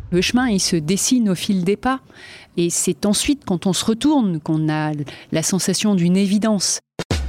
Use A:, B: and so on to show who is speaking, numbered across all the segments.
A: Le chemin, il se dessine au fil des pas. Et c'est ensuite, quand on se retourne, qu'on a la sensation d'une évidence.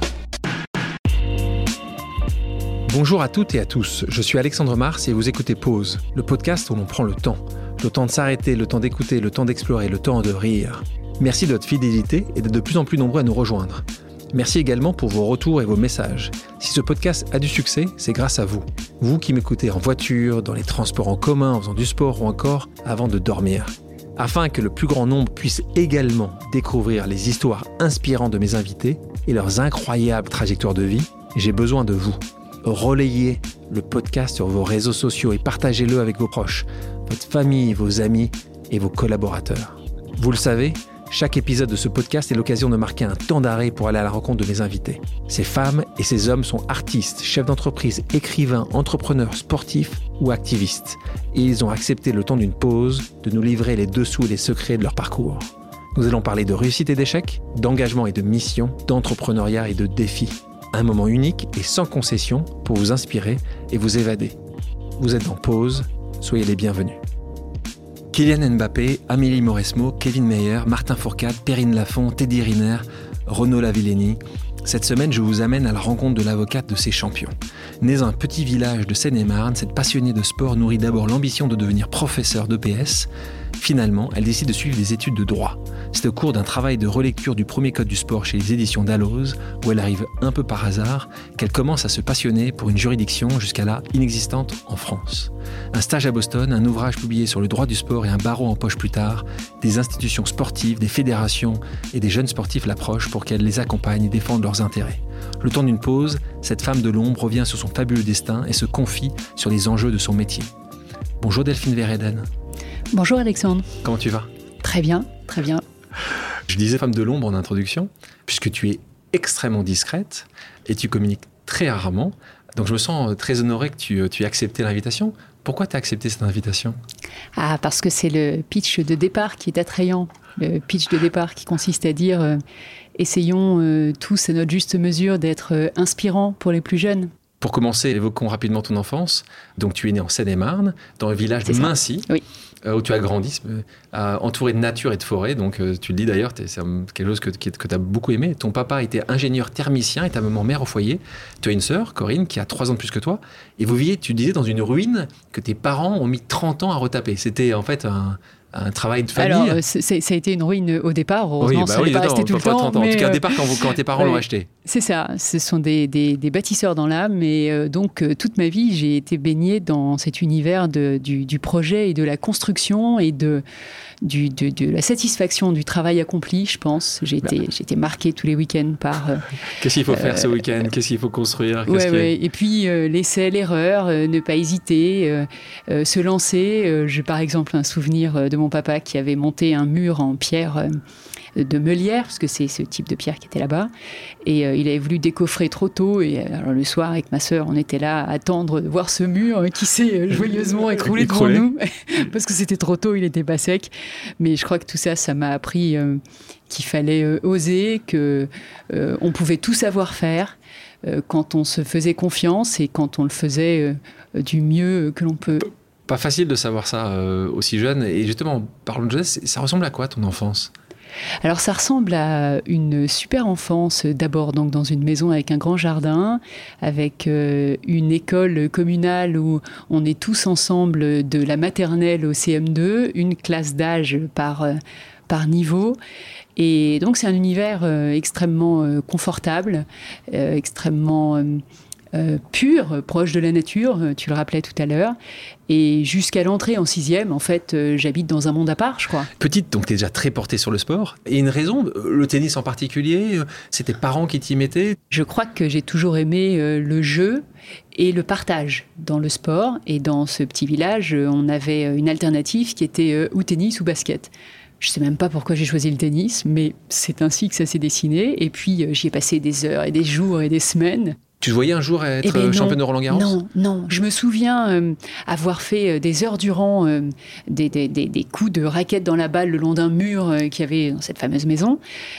B: Bonjour à toutes et à tous, je suis Alexandre Mars et vous écoutez Pause, le podcast où l'on prend le temps. Le temps de s'arrêter, le temps d'écouter, le temps d'explorer, le temps de rire. Merci de votre fidélité et d'être de plus en plus nombreux à nous rejoindre. Merci également pour vos retours et vos messages. Si ce podcast a du succès, c'est grâce à vous. Vous qui m'écoutez en voiture, dans les transports en commun, en faisant du sport ou encore avant de dormir. Afin que le plus grand nombre puisse également découvrir les histoires inspirantes de mes invités et leurs incroyables trajectoires de vie, j'ai besoin de vous. Relayez le podcast sur vos réseaux sociaux et partagez-le avec vos proches, votre famille, vos amis et vos collaborateurs. Vous le savez, chaque épisode de ce podcast est l'occasion de marquer un temps d'arrêt pour aller à la rencontre de mes invités. Ces femmes et ces hommes sont artistes, chefs d'entreprise, écrivains, entrepreneurs, sportifs ou activistes. Et ils ont accepté le temps d'une pause de nous livrer les dessous et les secrets de leur parcours. Nous allons parler de réussite et d'échecs, d'engagement et de mission, d'entrepreneuriat et de défis. Un moment unique et sans concession pour vous inspirer et vous évader. Vous êtes en pause, soyez les bienvenus. Kylian Mbappé, Amélie Mauresmo, Kevin Mayer, Martin Fourcade, Perrine Lafont, Teddy Riner, Renaud Lavillenie. Cette semaine, je vous amène à la rencontre de l'avocate de ces champions. Née dans un petit village de Seine-et-Marne, cette passionnée de sport nourrit d'abord l'ambition de devenir professeure d'EPS. Finalement, elle décide de suivre des études de droit. C'est au cours d'un travail de relecture du premier code du sport chez les éditions Dalloz, où elle arrive un peu par hasard, qu'elle commence à se passionner pour une juridiction jusqu'à-là inexistante en France. Un stage à Boston, un ouvrage publié sur le droit du sport et un barreau en poche plus tard, des institutions sportives, des fédérations et des jeunes sportifs l'approchent pour qu'elle les accompagne et défende leurs intérêts. Le temps d'une pause, cette femme de l'ombre revient sur son fabuleux destin et se confie sur les enjeux de son métier. Bonjour Delphine Verheyden.
A: Bonjour Alexandre.
B: Comment tu vas ?
A: Très bien, très bien.
B: Je disais femme de l'ombre en introduction, puisque tu es extrêmement discrète et tu communiques très rarement. Donc je me sens très honoré que tu aies accepté l'invitation. Pourquoi tu as accepté cette invitation ?
A: Parce que c'est le pitch de départ qui est attrayant. Le pitch de départ qui consiste à dire essayons tous à notre juste mesure d'être inspirants pour les plus jeunes.
B: Pour commencer, évoquons rapidement ton enfance. Donc tu es né en Seine-et-Marne, dans le village de Mincy.
A: Oui.
B: Où tu as grandi, entouré de nature et de forêt. Donc, tu le dis d'ailleurs, c'est quelque chose que tu as beaucoup aimé. Ton papa était ingénieur thermicien et ta maman mère au foyer. Tu as une sœur, Corinne, qui a 3 ans de plus que toi. Et vous viviez, tu disais, dans une ruine que tes parents ont mis 30 ans à retaper. C'était en fait un travail de famille.
A: Alors, ça a été une ruine au départ. Heureusement, ça n'est pas resté tout le temps.
B: 30 ans. En tout cas, au départ, quand tes parents l'ont acheté.
A: C'est ça. Ce sont des bâtisseurs dans l'âme. Et donc, toute ma vie, j'ai été baignée dans cet univers du projet et de la construction et de la satisfaction du travail accompli, je pense. J'ai été marquée tous les week-ends par...
B: Qu'est-ce qu'il faut faire ce week-end ? Qu'est-ce qu'il faut construire ?
A: Et puis, l'essai, l'erreur, ne pas hésiter, se lancer. J'ai par exemple un souvenir de mon papa qui avait monté un mur en pierre de meulière, parce que c'est ce type de pierre qui était là-bas. Et il avait voulu décoffrer trop tôt. Et alors, le soir, avec ma sœur, on était là à attendre de voir ce mur qui s'est joyeusement écroulé devant nous. Parce que c'était trop tôt, il n'était pas sec. Mais je crois que tout ça, ça m'a appris qu'il fallait oser, qu'on pouvait tout savoir faire quand on se faisait confiance et quand on le faisait du mieux que l'on peut.
B: Pas facile de savoir ça aussi jeune. Et justement, parlons de jeunesse, ça ressemble à quoi ton enfance ?
A: Alors ça ressemble à une super enfance, d'abord donc dans une maison avec un grand jardin, avec une école communale où on est tous ensemble de la maternelle au CM2, une classe d'âge par niveau. Et donc c'est un univers extrêmement confortable, extrêmement pur, proche de la nature, tu le rappelais tout à l'heure. Et jusqu'à l'entrée en 6e, en fait, j'habite dans un monde à part, je crois.
B: Petite, donc tu es déjà très portée sur le sport. Et une raison, le tennis en particulier, c'est tes parents qui t'y mettaient ?
A: Je crois que j'ai toujours aimé le jeu et le partage dans le sport. Et dans ce petit village, on avait une alternative qui était ou tennis ou basket. Je ne sais même pas pourquoi j'ai choisi le tennis, mais c'est ainsi que ça s'est dessiné. Et puis, j'y ai passé des heures et des jours et des semaines.
B: Tu te voyais un jour être championne de Roland-Garros ?
A: Non. Je me souviens avoir fait des heures durant des coups de raquette dans la balle le long d'un mur qu'il y avait dans cette fameuse maison.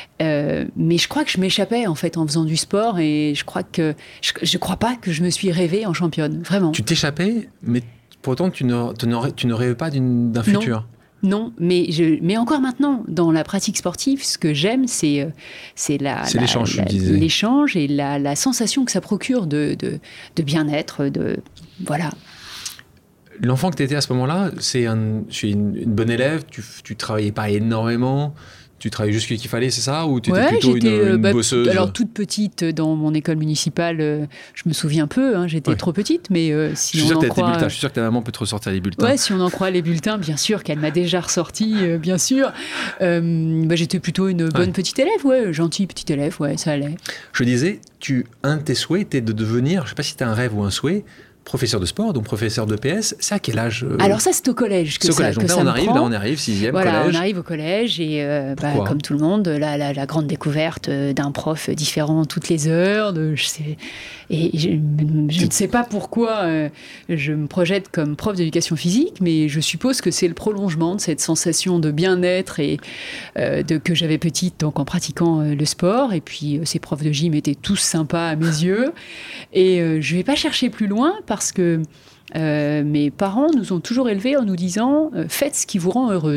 A: Mais je crois que je m'échappais en fait en faisant du sport et je crois pas que je me suis rêvée en championne, vraiment.
B: Tu t'échappais, mais Pour autant, tu ne rêves pas d'un futur.
A: Non, mais encore maintenant, dans la pratique sportive, ce que j'aime, c'est
B: l'échange, je disais.
A: L'échange et la sensation que ça procure de bien-être, voilà.
B: L'enfant que tu étais à ce moment-là, tu es une bonne élève, tu travaillais pas énormément, tu travaillais juste ce qu'il fallait, c'est ça? Ou tu étais plutôt une bosseuse?
A: Alors, toute petite, dans mon école municipale, je me souviens peu, j'étais trop petite, mais si on en croit...
B: Je suis sûr que ta maman peut te ressortir les bulletins.
A: Ouais, si on en croit les bulletins, bien sûr qu'elle m'a déjà ressorti, bien sûr. J'étais plutôt une bonne petite élève, gentille petite élève, ça allait.
B: Je disais, un de tes souhaits était de devenir, je ne sais pas si c'était un rêve ou un souhait, professeur de sport, donc professeur de PS, c'est à quel âge
A: Alors ça, c'est au collège que ça me prend.
B: Là, on arrive, 6e,
A: voilà,
B: collège.
A: on arrive au collège et comme tout le monde, la grande découverte d'un prof différent toutes les heures. Je ne sais pas pourquoi je me projette comme prof d'éducation physique, mais je suppose que c'est le prolongement de cette sensation de bien-être et que j'avais petite donc, en pratiquant le sport. Et puis, ces profs de gym étaient tous sympas à mes yeux. Et je ne vais pas chercher plus loin parce que mes parents nous ont toujours élevés en nous disant « faites ce qui vous rend heureuse ».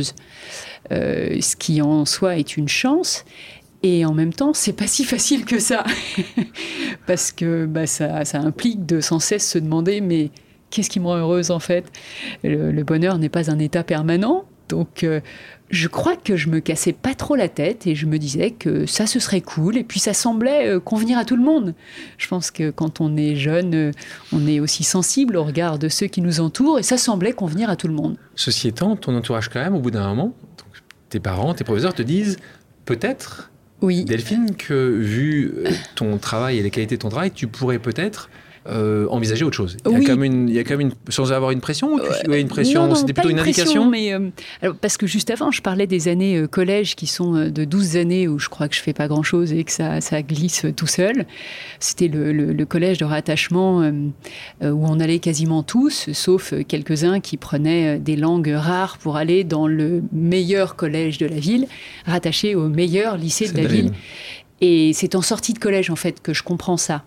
A: Ce qui en soi est une chance. Et en même temps, c'est pas si facile que ça. Parce que ça implique de sans cesse se demander « mais qu'est-ce qui me rend heureuse en fait ?» Le bonheur n'est pas un état permanent. Donc, je crois que je me cassais pas trop la tête et je me disais que ça, ce serait cool. Et puis, ça semblait convenir à tout le monde. Je pense que quand on est jeune, on est aussi sensible au regard de ceux qui nous entourent et ça semblait convenir à tout le monde.
B: Ceci étant, ton entourage quand même, au bout d'un moment, donc, tes parents, tes professeurs te disent peut-être, Delphine, que vu ton travail et les qualités de ton travail, tu pourrais peut-être... envisager autre chose. Il y a quand même sans avoir une pression ou une pression,
A: non,
B: c'était plutôt une indication
A: alors, parce que juste avant, je parlais des années collège qui sont de 12 années où je crois que je fais pas grand-chose et que ça glisse tout seul. C'était le collège de rattachement où on allait quasiment tous, sauf quelques-uns qui prenaient des langues rares pour aller dans le meilleur collège de la ville, rattaché au meilleur lycée de la ville. Et c'est en sortie de collège, en fait, que je comprends ça.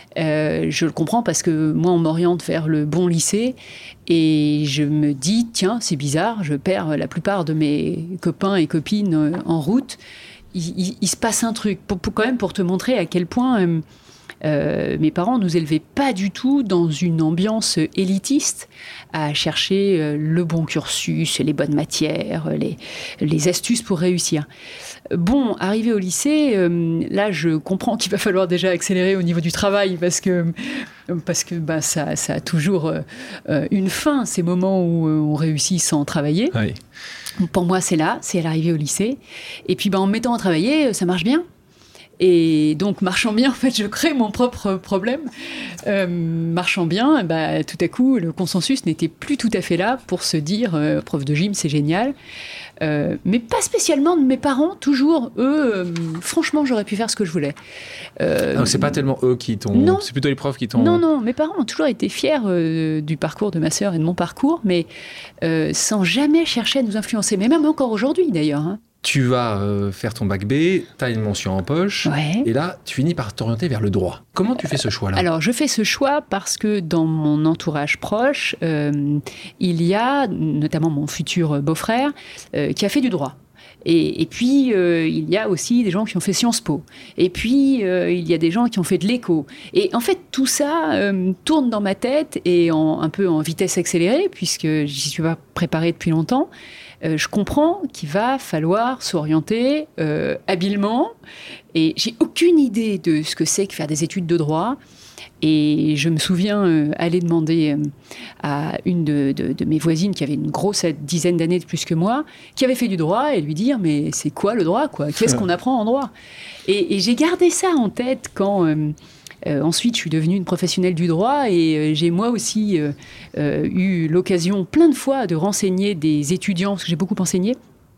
A: Je le comprends parce que moi, on m'oriente vers le bon lycée et je me dis, tiens, c'est bizarre, je perds la plupart de mes copains et copines en route. Il se passe un truc, quand même pour te montrer à quel point mes parents nous élevaient pas du tout dans une ambiance élitiste à chercher le bon cursus, les bonnes matières, les astuces pour réussir. Bon, arrivé au lycée, là, je comprends qu'il va falloir déjà accélérer au niveau du travail parce que ça a toujours une fin, ces moments où on réussit sans travailler. Oui. Pour moi, c'est à l'arrivée au lycée. Et puis, en me mettant à travailler, ça marche bien. Et donc, marchant bien, en fait, je crée mon propre problème. Marchant bien, tout à coup, le consensus n'était plus tout à fait là pour se dire prof de gym, c'est génial. Mais pas spécialement de mes parents, toujours. Eux, franchement, j'aurais pu faire ce que je voulais.
B: Donc, c'est pas tellement eux qui t'ont... Non. C'est plutôt les profs qui t'ont...
A: Non, mes parents ont toujours été fiers du parcours de ma sœur et de mon parcours, mais sans jamais chercher à nous influencer. Mais même encore aujourd'hui, d'ailleurs.
B: Tu vas faire ton bac B, tu as une mention en poche, et là, tu finis par t'orienter vers le droit. Comment tu fais ce choix-là ?
A: Alors, je fais ce choix parce que dans mon entourage proche, il y a notamment mon futur beau-frère qui a fait du droit. Et puis, il y a aussi des gens qui ont fait Sciences Po. Et puis, il y a des gens qui ont fait de l'éco. Et en fait, tout ça tourne dans ma tête et un peu en vitesse accélérée, puisque j'y suis pas préparée depuis longtemps. Je comprends qu'il va falloir s'orienter habilement. Et j'ai aucune idée de ce que c'est que faire des études de droit. Et je me souviens aller demander à une de mes voisines qui avait une grosse dizaine d'années de plus que moi, qui avait fait du droit, et lui dire « mais c'est quoi le droit, quoi ? Qu'est-ce qu'on apprend en droit ?» Et j'ai gardé ça en tête quand... ensuite, je suis devenue une professionnelle du droit et j'ai moi aussi eu l'occasion plein de fois de renseigner des étudiants, parce que j'ai beaucoup enseigné.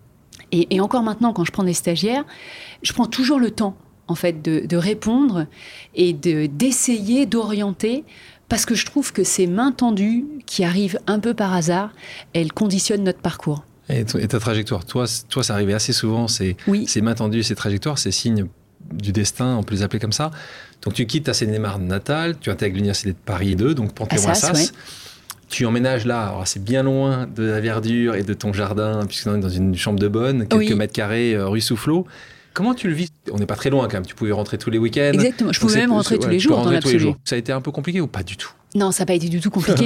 A: Et encore maintenant, quand je prends des stagiaires, je prends toujours le temps, en fait, de répondre et d'essayer d'orienter, parce que je trouve que ces mains tendues qui arrivent un peu par hasard, elles conditionnent notre parcours.
B: Et ta trajectoire, toi, ça arrivait assez souvent, ces mains tendues, ces trajectoires, ces signes du destin, on peut les appeler comme ça. Donc tu quittes ta Seine-et-Marne natale, tu intègres l'université de Paris 2, donc Panthéon-Assas. Tu emménages là, alors c'est bien loin de la verdure et de ton jardin, puisqu'on est dans une chambre de bonne, quelques mètres carrés, rue Soufflot. Comment tu le vis? On n'est pas très loin quand même, tu pouvais rentrer tous les week-ends.
A: Exactement, je pouvais même rentrer tous les jours dans l'absolu.
B: Ça a été un peu compliqué ou pas du tout?
A: Non, ça n'a pas été du tout compliqué.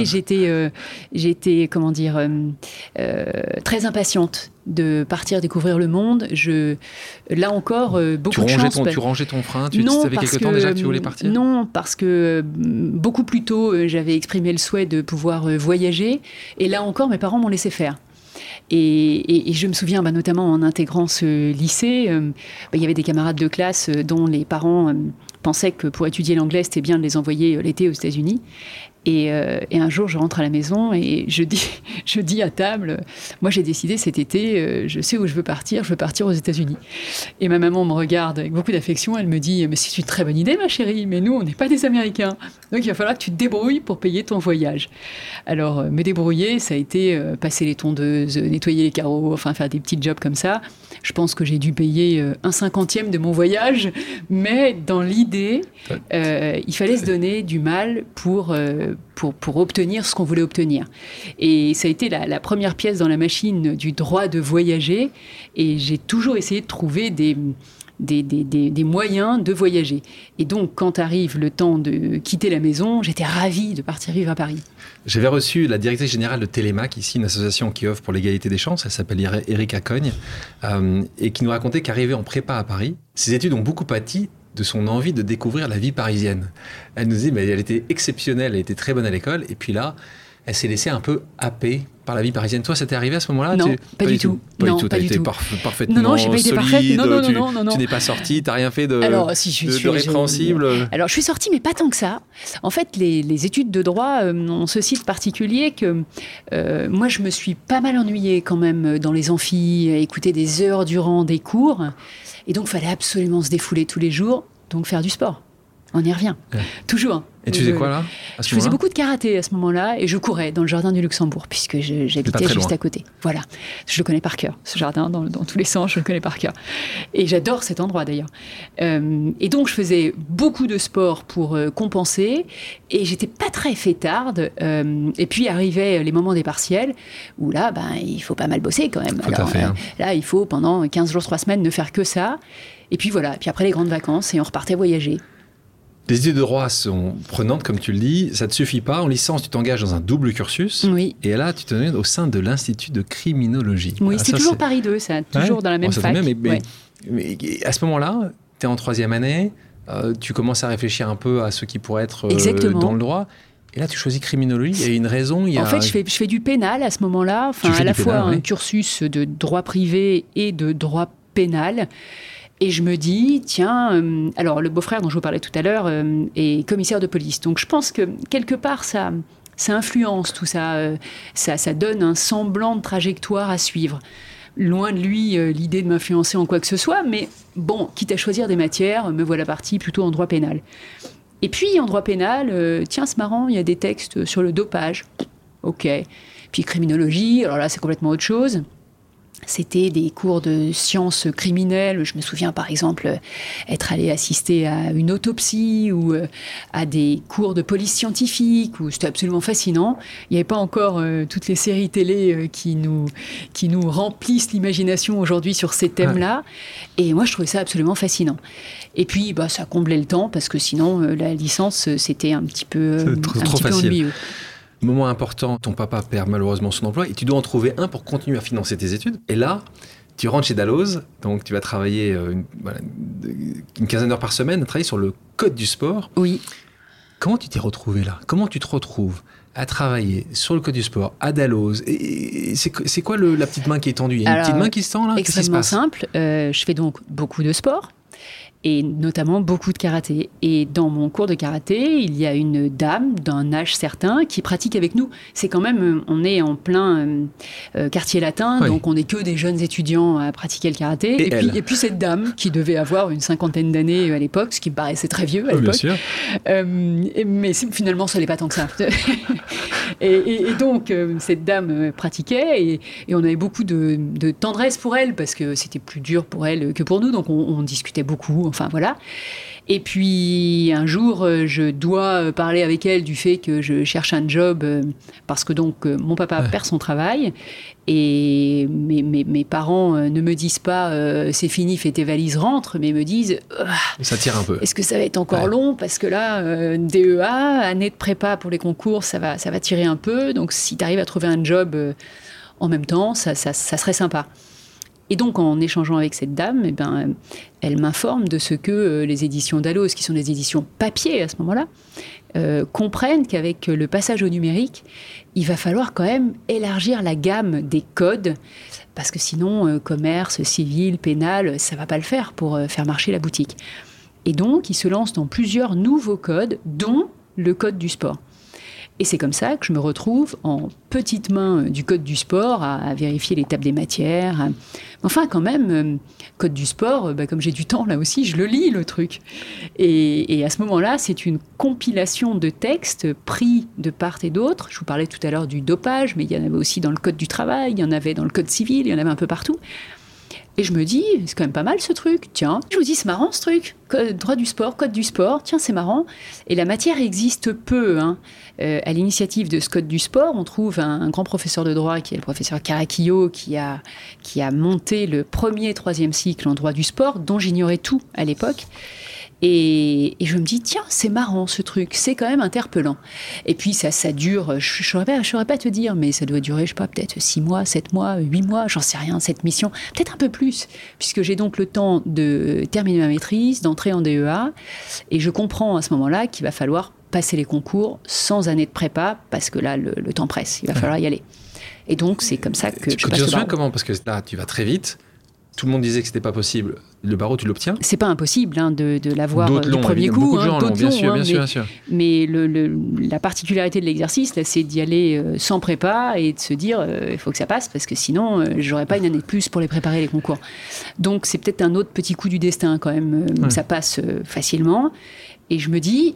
A: J'étais, comment dire, très impatiente de partir découvrir le monde. Là encore, beaucoup de chance.
B: Tu rangeais ton frein? Tu savais quelque temps déjà que tu voulais partir?
A: Non, parce que beaucoup plus tôt, j'avais exprimé le souhait de pouvoir voyager. Et là encore, mes parents m'ont laissé faire. Et je me souviens, notamment en intégrant ce lycée, il y avait des camarades de classe dont les parents pensaient que pour étudier l'anglais, c'était bien de les envoyer l'été aux États-Unis. Et un jour, je rentre à la maison et je dis à table, moi j'ai décidé cet été, je sais où je veux partir aux États-Unis. Et ma maman me regarde avec beaucoup d'affection, elle me dit, mais c'est une très bonne idée ma chérie, mais nous on n'est pas des Américains, donc il va falloir que tu te débrouilles pour payer ton voyage. Alors me débrouiller, ça a été passer les tondeuses, nettoyer les carreaux, enfin faire des petits jobs comme ça. Je pense que j'ai dû payer 1/50 de mon voyage, mais dans l'idée, il fallait se donner du mal pour obtenir ce qu'on voulait obtenir. Et ça a été la première pièce dans la machine du droit de voyager, et j'ai toujours essayé de trouver des moyens de voyager. Et donc, quand arrive le temps de quitter la maison, j'étais ravie de partir vivre à Paris.
B: J'avais reçu la directrice générale de Télémac, ici, une association qui offre pour l'égalité des chances. Elle s'appelle Erika Cogne, et qui nous racontait qu'arrivée en prépa à Paris, ses études ont beaucoup pâti de son envie de découvrir la vie parisienne. Elle nous dit, mais elle était exceptionnelle, elle était très bonne à l'école, et puis là, elle s'est laissée un peu happer par la vie parisienne. Toi, ça t'est arrivé à ce moment-là?
A: Non, pas du tout.
B: Pas du tout. T'as été parfaitement
A: non, j'ai pas été parfaite. Non.
B: Tu n'es pas sortie, t'as rien fait de répréhensible.
A: Alors, je suis sortie, mais pas tant que ça. En fait, les études de droit ont ceci de particulier que moi, je me suis pas mal ennuyée quand même dans les amphis, à écouter des heures durant des cours. Et donc, il fallait absolument se défouler tous les jours, donc faire du sport. On y revient. Ouais. Toujours.
B: Et tu faisais quoi là?
A: Je faisais beaucoup de karaté à ce moment-là et je courais dans le jardin du Luxembourg puisque j'habitais juste à côté. Voilà. Je le connais par cœur. Ce jardin, dans tous les sens, je le connais par cœur. Et j'adore cet endroit d'ailleurs. Et donc je faisais beaucoup de sport pour compenser et j'étais pas très fêtarde. Et puis arrivaient les moments des partiels où là, il faut pas mal bosser quand même. Alors, là, il faut pendant 15 jours, 3 semaines ne faire que ça. Et puis voilà. Et puis après les grandes vacances et on repartait voyager.
B: Les études de droit sont prenantes, comme tu le dis. Ça ne te suffit pas. En licence, tu t'engages dans un double cursus.
A: Oui.
B: Et là, tu te mets au sein de l'Institut de criminologie.
A: Oui, c'est toujours Paris 2, ça. Toujours dans la même fac.
B: Mais à ce moment-là, tu es en 3e année. Tu commences à réfléchir un peu à ce qui pourrait être dans le droit. Et là, tu choisis criminologie. Il y a une raison.
A: En fait, je fais du pénal à ce moment-là. Enfin, à la fois un cursus de droit privé et de droit pénal. Et je me dis, tiens, alors le beau-frère dont je vous parlais tout à l'heure est commissaire de police. Donc je pense que quelque part, ça influence tout ça. Ça donne un semblant de trajectoire à suivre. Loin de lui l'idée de m'influencer en quoi que ce soit, mais bon, quitte à choisir des matières, me voilà partie plutôt en droit pénal. Et puis en droit pénal, tiens, c'est marrant, il y a des textes sur le dopage. Ok. Puis criminologie, alors là, c'est complètement autre chose. C'était des cours de sciences criminelles. Je me souviens, par exemple, être allé assister à une autopsie ou à des cours de police scientifique où c'était absolument fascinant. Il n'y avait pas encore toutes les séries télé qui nous remplissent l'imagination aujourd'hui sur ces thèmes-là. Ouais. Et moi, je trouvais ça absolument fascinant. Et puis, ça comblait le temps parce que sinon, la licence, c'était un petit peu ennuyeux.
B: Moment important, ton papa perd malheureusement son emploi et tu dois en trouver un pour continuer à financer tes études. Et là, tu rentres chez Dalloz, donc tu vas travailler une quinzaine d'heures par semaine, travailler sur le code du sport.
A: Oui.
B: Comment tu t'es retrouvé là? Comment tu te retrouves à travailler sur le code du sport à Dalloz? Et c'est quoi la petite main qui est tendue? Il y a une petite main qui se tend là?
A: Extrêmement simple. Je fais donc beaucoup de sport. Et notamment beaucoup de karaté. Et dans mon cours de karaté, il y a une dame d'un âge certain qui pratique avec nous. C'est quand même, on est en plein quartier latin, donc on n'est que des jeunes étudiants à pratiquer le karaté. Et puis cette dame qui devait avoir une 50aine d'années à l'époque, ce qui me paraissait très vieux à l'époque. Bien sûr. Mais finalement, ça n'est pas tant que ça. et donc, cette dame pratiquait et on avait beaucoup de tendresse pour elle parce que c'était plus dur pour elle que pour nous. Donc on discutait beaucoup, enfin voilà. Et puis un jour, je dois parler avec elle du fait que je cherche un job parce que donc mon papa perd son travail et mes parents ne me disent pas c'est fini, fais tes valises, rentre, mais me disent
B: ça tire un peu.
A: Est-ce que ça va être encore long parce que là DEA, année de prépa pour les concours, ça va tirer un peu. Donc si tu arrives à trouver un job en même temps, ça serait sympa. Et donc, en échangeant avec cette dame, elle m'informe de ce que les éditions Dalloz, qui sont des éditions papier à ce moment-là, comprennent qu'avec le passage au numérique, il va falloir quand même élargir la gamme des codes, parce que sinon, commerce, civil, pénal, ça ne va pas le faire pour faire marcher la boutique. Et donc, ils se lancent dans plusieurs nouveaux codes, dont le code du sport. Et c'est comme ça que je me retrouve en petite main du code du sport à vérifier l'étape des matières. Enfin, quand même, code du sport, comme j'ai du temps là aussi, je le lis le truc. Et à ce moment-là, c'est une compilation de textes pris de part et d'autre. Je vous parlais tout à l'heure du dopage, mais il y en avait aussi dans le code du travail, il y en avait dans le code civil, il y en avait un peu partout. Et je me dis, c'est quand même pas mal ce truc, tiens. Je vous dis, c'est marrant ce truc, droit du sport, code du sport, tiens, c'est marrant. Et la matière existe peu. À l'initiative de ce code du sport, on trouve un grand professeur de droit, qui est le professeur Caracchio, qui a monté le premier 3e cycle en droit du sport, dont j'ignorais tout à l'époque. Et je me dis, tiens, c'est marrant ce truc, c'est quand même interpellant. Et puis ça dure, je ne saurais pas te dire, mais ça doit durer, je sais pas, peut-être 6 mois, 7 mois, 8 mois, j'en sais rien, cette mission. Peut-être un peu plus, puisque j'ai donc le temps de terminer ma maîtrise, d'entrer en DEA, et je comprends à ce moment-là qu'il va falloir passer les concours sans année de prépa, parce que là, le temps presse, il va falloir y aller. Et donc, c'est comme ça que je passe le barreau. Tu te souviens
B: comment ? Parce que là, tu vas très vite. Tout le monde disait que c'était pas possible. Le barreau, tu l'obtiens ?
A: C'est pas impossible de l'avoir du premier coup.
B: Beaucoup de gens l'ont, bien sûr.
A: Mais la particularité de l'exercice, là, c'est d'y aller sans prépa et de se dire il faut que ça passe parce que sinon, j'aurais pas une année de plus pour les préparer les concours. Donc, c'est peut-être un autre petit coup du destin quand même. Ça passe facilement. Et je me dis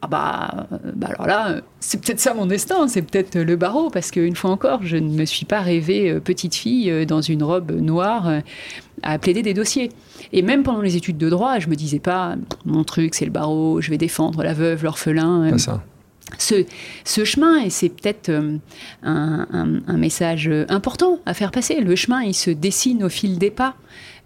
A: alors là, c'est peut-être ça mon destin, c'est peut-être le barreau, parce qu'une fois encore, je ne me suis pas rêvée petite fille dans une robe noire à plaider des dossiers. Et même pendant les études de droit, je me disais pas, mon truc c'est le barreau, je vais défendre la veuve, l'orphelin.
B: Pas ça.
A: Ce chemin, et c'est peut-être un message important à faire passer, le chemin, il se dessine au fil des pas.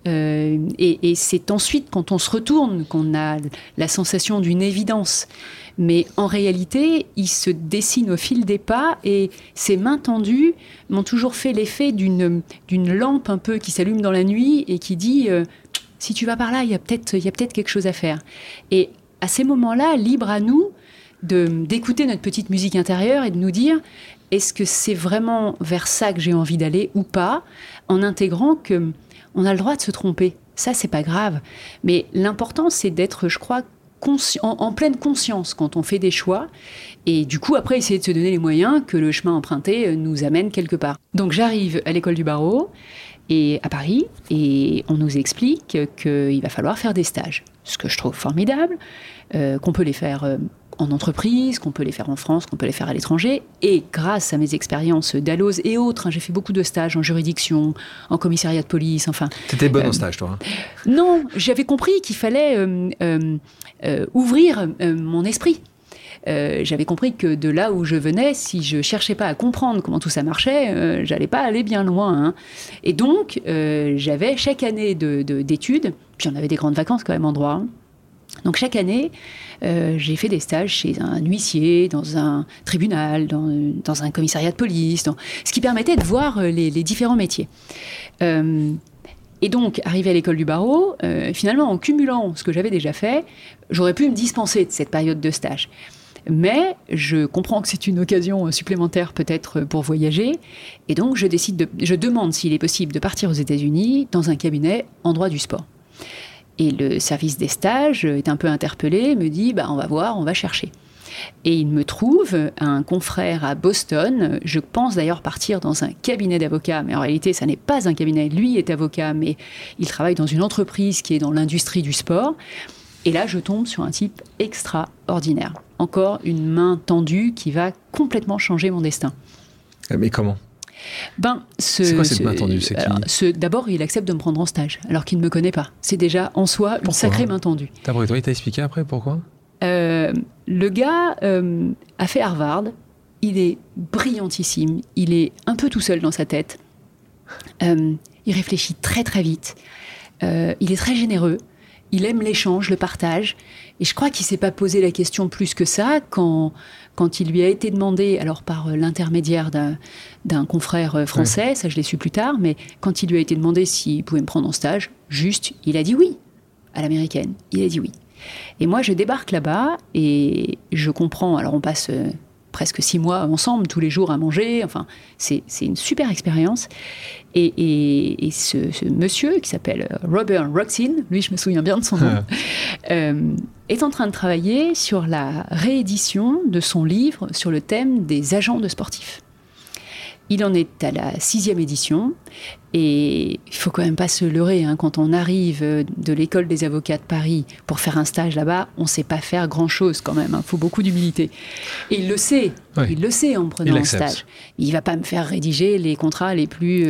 A: Et c'est ensuite, quand on se retourne, qu'on a la sensation d'une évidence. Mais en réalité, il se dessine au fil des pas et ces mains tendues m'ont toujours fait l'effet d'une lampe un peu qui s'allume dans la nuit et qui dit si tu vas par là, il y a peut-être quelque chose à faire. Et à ces moments-là, libre à nous d'écouter notre petite musique intérieure et de nous dire est-ce que c'est vraiment vers ça que j'ai envie d'aller ou pas, en intégrant que on a le droit de se tromper. Ça, c'est pas grave. Mais l'important, c'est d'être, je crois, en pleine conscience quand on fait des choix. Et du coup, après, essayer de se donner les moyens que le chemin emprunté nous amène quelque part. Donc, j'arrive à l'école du barreau, à Paris, et on nous explique qu'il va falloir faire des stages. Ce que je trouve formidable, qu'on peut les faire en entreprise, qu'on peut les faire en France, qu'on peut les faire à l'étranger. Et grâce à mes expériences Dalloz et autres, j'ai fait beaucoup de stages en juridiction, en commissariat de police, enfin...
B: T'étais bonne en stage, toi ?
A: Non, j'avais compris qu'il fallait ouvrir mon esprit. J'avais compris que de là où je venais, si je cherchais pas à comprendre comment tout ça marchait, j'allais pas aller bien loin. Et donc, j'avais chaque année d'études, puis on avait des grandes vacances quand même en droit. Donc chaque année, j'ai fait des stages chez un huissier, dans un tribunal, dans un commissariat de police, ce qui permettait de voir les différents métiers. Et donc, arrivé à l'école du barreau, finalement, en cumulant ce que j'avais déjà fait, j'aurais pu me dispenser de cette période de stage. Mais je comprends que c'est une occasion supplémentaire peut-être pour voyager. Et donc, je demande s'il est possible de partir aux États-Unis dans un cabinet en droit du sport. Et le service des stages est un peu interpellé, me dit on va voir, on va chercher. Et il me trouve un confrère à Boston. Je pense d'ailleurs partir dans un cabinet d'avocats, mais en réalité, ça n'est pas un cabinet. Lui est avocat, mais il travaille dans une entreprise qui est dans l'industrie du sport. Et là, je tombe sur un type extraordinaire. Encore une main tendue qui va complètement changer mon destin.
B: Mais comment ? C'est quoi cette main tendue?
A: D'abord, il accepte de me prendre en stage, alors qu'il ne me connaît pas. C'est déjà en soi une sacrée main tendue.
B: Il t'a expliqué après pourquoi?
A: Le gars a fait Harvard. Il est brillantissime. Il est un peu tout seul dans sa tête. Il réfléchit très très vite. Il est très généreux. Il aime l'échange, le partage. Et je crois qu'il ne s'est pas posé la question plus que ça quand il lui a été demandé, alors par l'intermédiaire d'un confrère français, ça je l'ai su plus tard, mais quand il lui a été demandé s'il pouvait me prendre en stage, juste, il a dit oui, à l'américaine. Il a dit oui. Et moi, je débarque là-bas et je comprends. Alors, on passe presque 6 mois ensemble, tous les jours à manger. Enfin, c'est une super expérience. Et ce monsieur, qui s'appelle Robert Roxin, lui, je me souviens bien de son nom, est en train de travailler sur la réédition de son livre sur le thème des agents de sportifs. Il en est à la 6e édition et il faut quand même pas se leurrer. Quand on arrive de l'école des avocats de Paris pour faire un stage là-bas, on ne sait pas faire grand-chose quand même. Il faut beaucoup d'humilité. Et il le sait. Oui. Il le sait en prenant un stage. Il ne va pas me faire rédiger les contrats les plus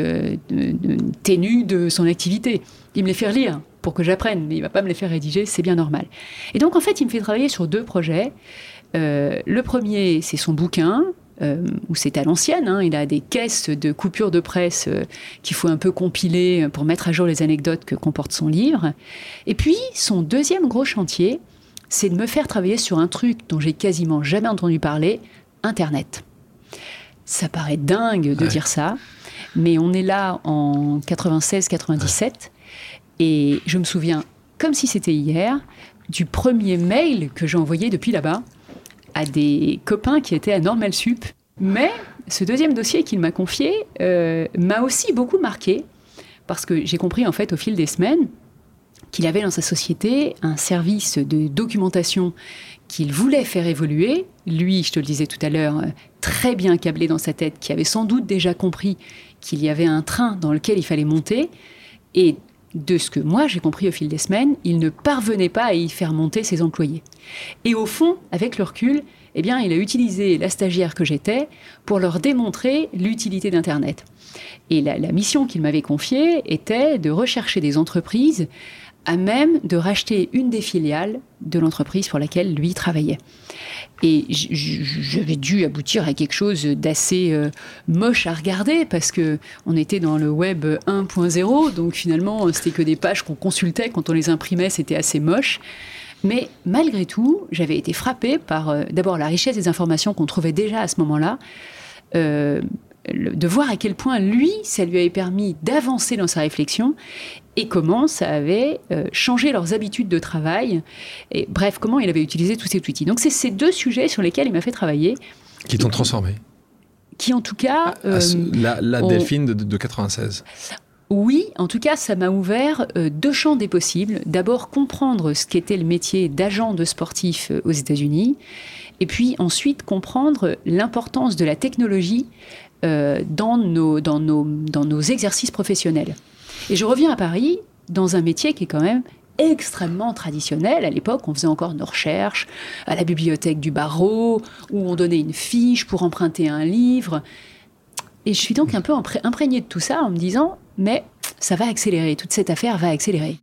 A: ténus de son activité. Il me les fait relire pour que j'apprenne, mais il ne va pas me les faire rédiger, c'est bien normal. Et donc en fait, il me fait travailler sur 2 projets. Le premier, c'est son bouquin, où c'est à l'ancienne, il a des caisses de coupures de presse qu'il faut un peu compiler pour mettre à jour les anecdotes que comporte son livre. Et puis, son deuxième gros chantier, c'est de me faire travailler sur un truc dont j'ai quasiment jamais entendu parler, Internet. Ça paraît dingue de dire ça, mais on est là en 96-97, et je me souviens, comme si c'était hier, du premier mail que j'ai envoyé depuis là-bas, à des copains qui étaient à Normal Sup. Mais ce deuxième dossier qu'il m'a confié m'a aussi beaucoup marqué, parce que j'ai compris en fait au fil des semaines qu'il avait dans sa société un service de documentation qu'il voulait faire évoluer. Lui, je te le disais tout à l'heure, très bien câblé dans sa tête, qui avait sans doute déjà compris qu'il y avait un train dans lequel il fallait monter. Et de ce que moi j'ai compris au fil des semaines, il ne parvenait pas à y faire monter ses employés. Et au fond, avec le recul, il a utilisé la stagiaire que j'étais pour leur démontrer l'utilité d'Internet. Et la mission qu'il m'avait confiée était de rechercher des entreprises à même de racheter une des filiales de l'entreprise pour laquelle lui travaillait. Et j'avais dû aboutir à quelque chose d'assez moche à regarder, parce qu'on était dans le web 1.0, donc finalement, c'était que des pages qu'on consultait. Quand on les imprimait, c'était assez moche. Mais malgré tout, j'avais été frappée par d'abord la richesse des informations qu'on trouvait déjà à ce moment-là, de voir à quel point lui, ça lui avait permis d'avancer dans sa réflexion et comment ça avait changé leurs habitudes de travail. Et bref, comment il avait utilisé tous ces outils. Donc c'est ces 2 sujets sur lesquels il m'a fait travailler.
B: Qui t'ont transformé.
A: Qui en tout cas...
B: la Delphine de 96.
A: Oui, en tout cas, ça m'a ouvert 2 champs des possibles. D'abord, comprendre ce qu'était le métier d'agent de sportif aux États-Unis. Et puis ensuite, comprendre l'importance de la technologie dans nos exercices professionnels. Et je reviens à Paris dans un métier qui est quand même extrêmement traditionnel. À l'époque, on faisait encore nos recherches à la bibliothèque du barreau, où on donnait une fiche pour emprunter un livre. Et je suis donc un peu imprégnée de tout ça en me disant, mais ça va accélérer, toute cette affaire va accélérer.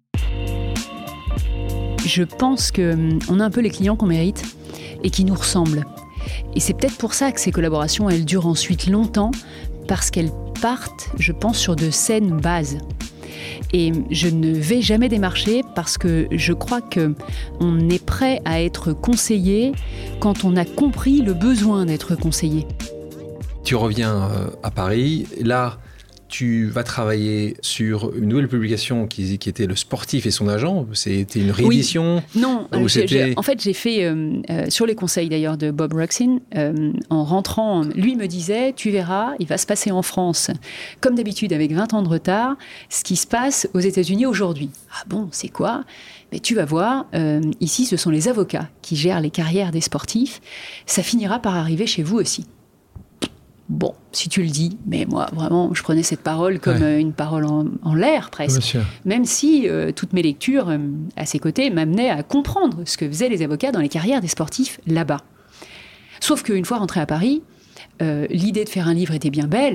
A: Je pense qu'on a un peu les clients qu'on mérite et qui nous ressemblent. Et c'est peut-être pour ça que ces collaborations, elles durent ensuite longtemps, parce qu'elles partent, je pense, sur de saines bases. Et je ne vais jamais démarcher parce que je crois qu'on est prêt à être conseillé quand on a compris le besoin d'être conseillé.
B: Tu reviens à Paris. Là, tu vas travailler sur une nouvelle publication qui était Le Sportif et son agent. C'était une réédition?
A: Oui. Non, en fait, j'ai fait, sur les conseils d'ailleurs de Bob Roxin, en rentrant, lui me disait, tu verras, il va se passer en France, comme d'habitude avec 20 ans de retard, ce qui se passe aux États-Unis aujourd'hui. Ah bon, c'est quoi? Mais tu vas voir, ici, ce sont les avocats qui gèrent les carrières des sportifs. Ça finira par arriver chez vous aussi. Bon, si tu le dis, mais moi, vraiment, je prenais cette parole comme une parole en l'air, presque. Monsieur. Même si toutes mes lectures à ses côtés m'amenaient à comprendre ce que faisaient les avocats dans les carrières des sportifs là-bas. Sauf qu'une fois rentré à Paris, l'idée de faire un livre était bien belle,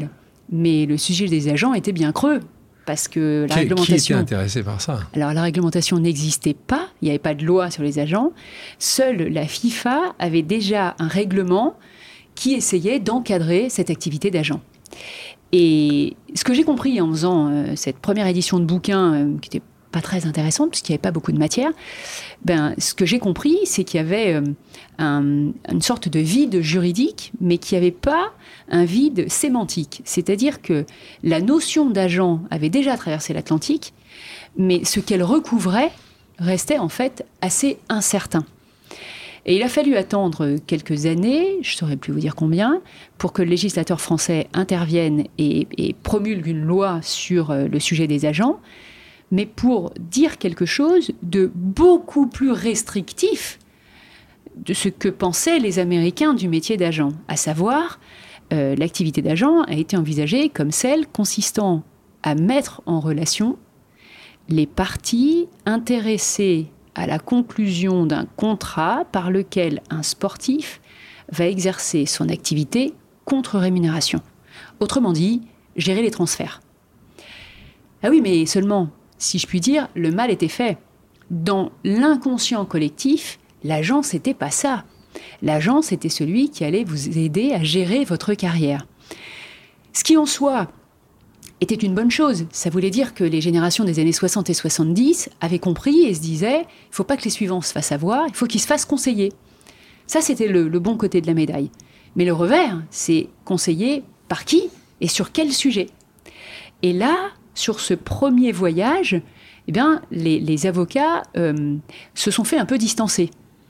A: Mais le sujet des agents était bien creux. Parce que la réglementation...
B: Qui était intéressé par ça ?
A: Alors, la réglementation n'existait pas. Il n'y avait pas de loi sur les agents. Seule la FIFA avait déjà un règlement qui essayait d'encadrer cette activité d'agent. Et ce que j'ai compris en faisant cette première édition de bouquin, qui n'était pas très intéressante, puisqu'il n'y avait pas beaucoup de matière, ce que j'ai compris, c'est qu'il y avait une sorte de vide juridique, mais qu'il n'y avait pas un vide sémantique. C'est-à-dire que la notion d'agent avait déjà traversé l'Atlantique, mais ce qu'elle recouvrait restait en fait assez incertain. Et il a fallu attendre quelques années, je ne saurais plus vous dire combien, pour que le législateur français intervienne et promulgue une loi sur le sujet des agents, mais pour dire quelque chose de beaucoup plus restrictif de ce que pensaient les Américains du métier d'agent, à savoir l'activité d'agent a été envisagée comme celle consistant à mettre en relation les parties intéressées à la conclusion d'un contrat par lequel un sportif va exercer son activité contre rémunération. Autrement dit, gérer les transferts. Ah oui, mais seulement, si je puis dire, le mal était fait. Dans l'inconscient collectif, l'agent, c'était pas ça. L'agent, c'était celui qui allait vous aider à gérer votre carrière. Ce qui en soi était une bonne chose. Ça voulait dire que les générations des années 60 et 70 avaient compris et se disaient « il ne faut pas que les suivants se fassent avoir, il faut qu'ils se fassent conseiller ». Ça, c'était le bon côté de la médaille. Mais le revers, c'est conseiller par qui et sur quel sujet. Et là, sur ce premier voyage, eh bien, les avocats se sont fait un peu distancer.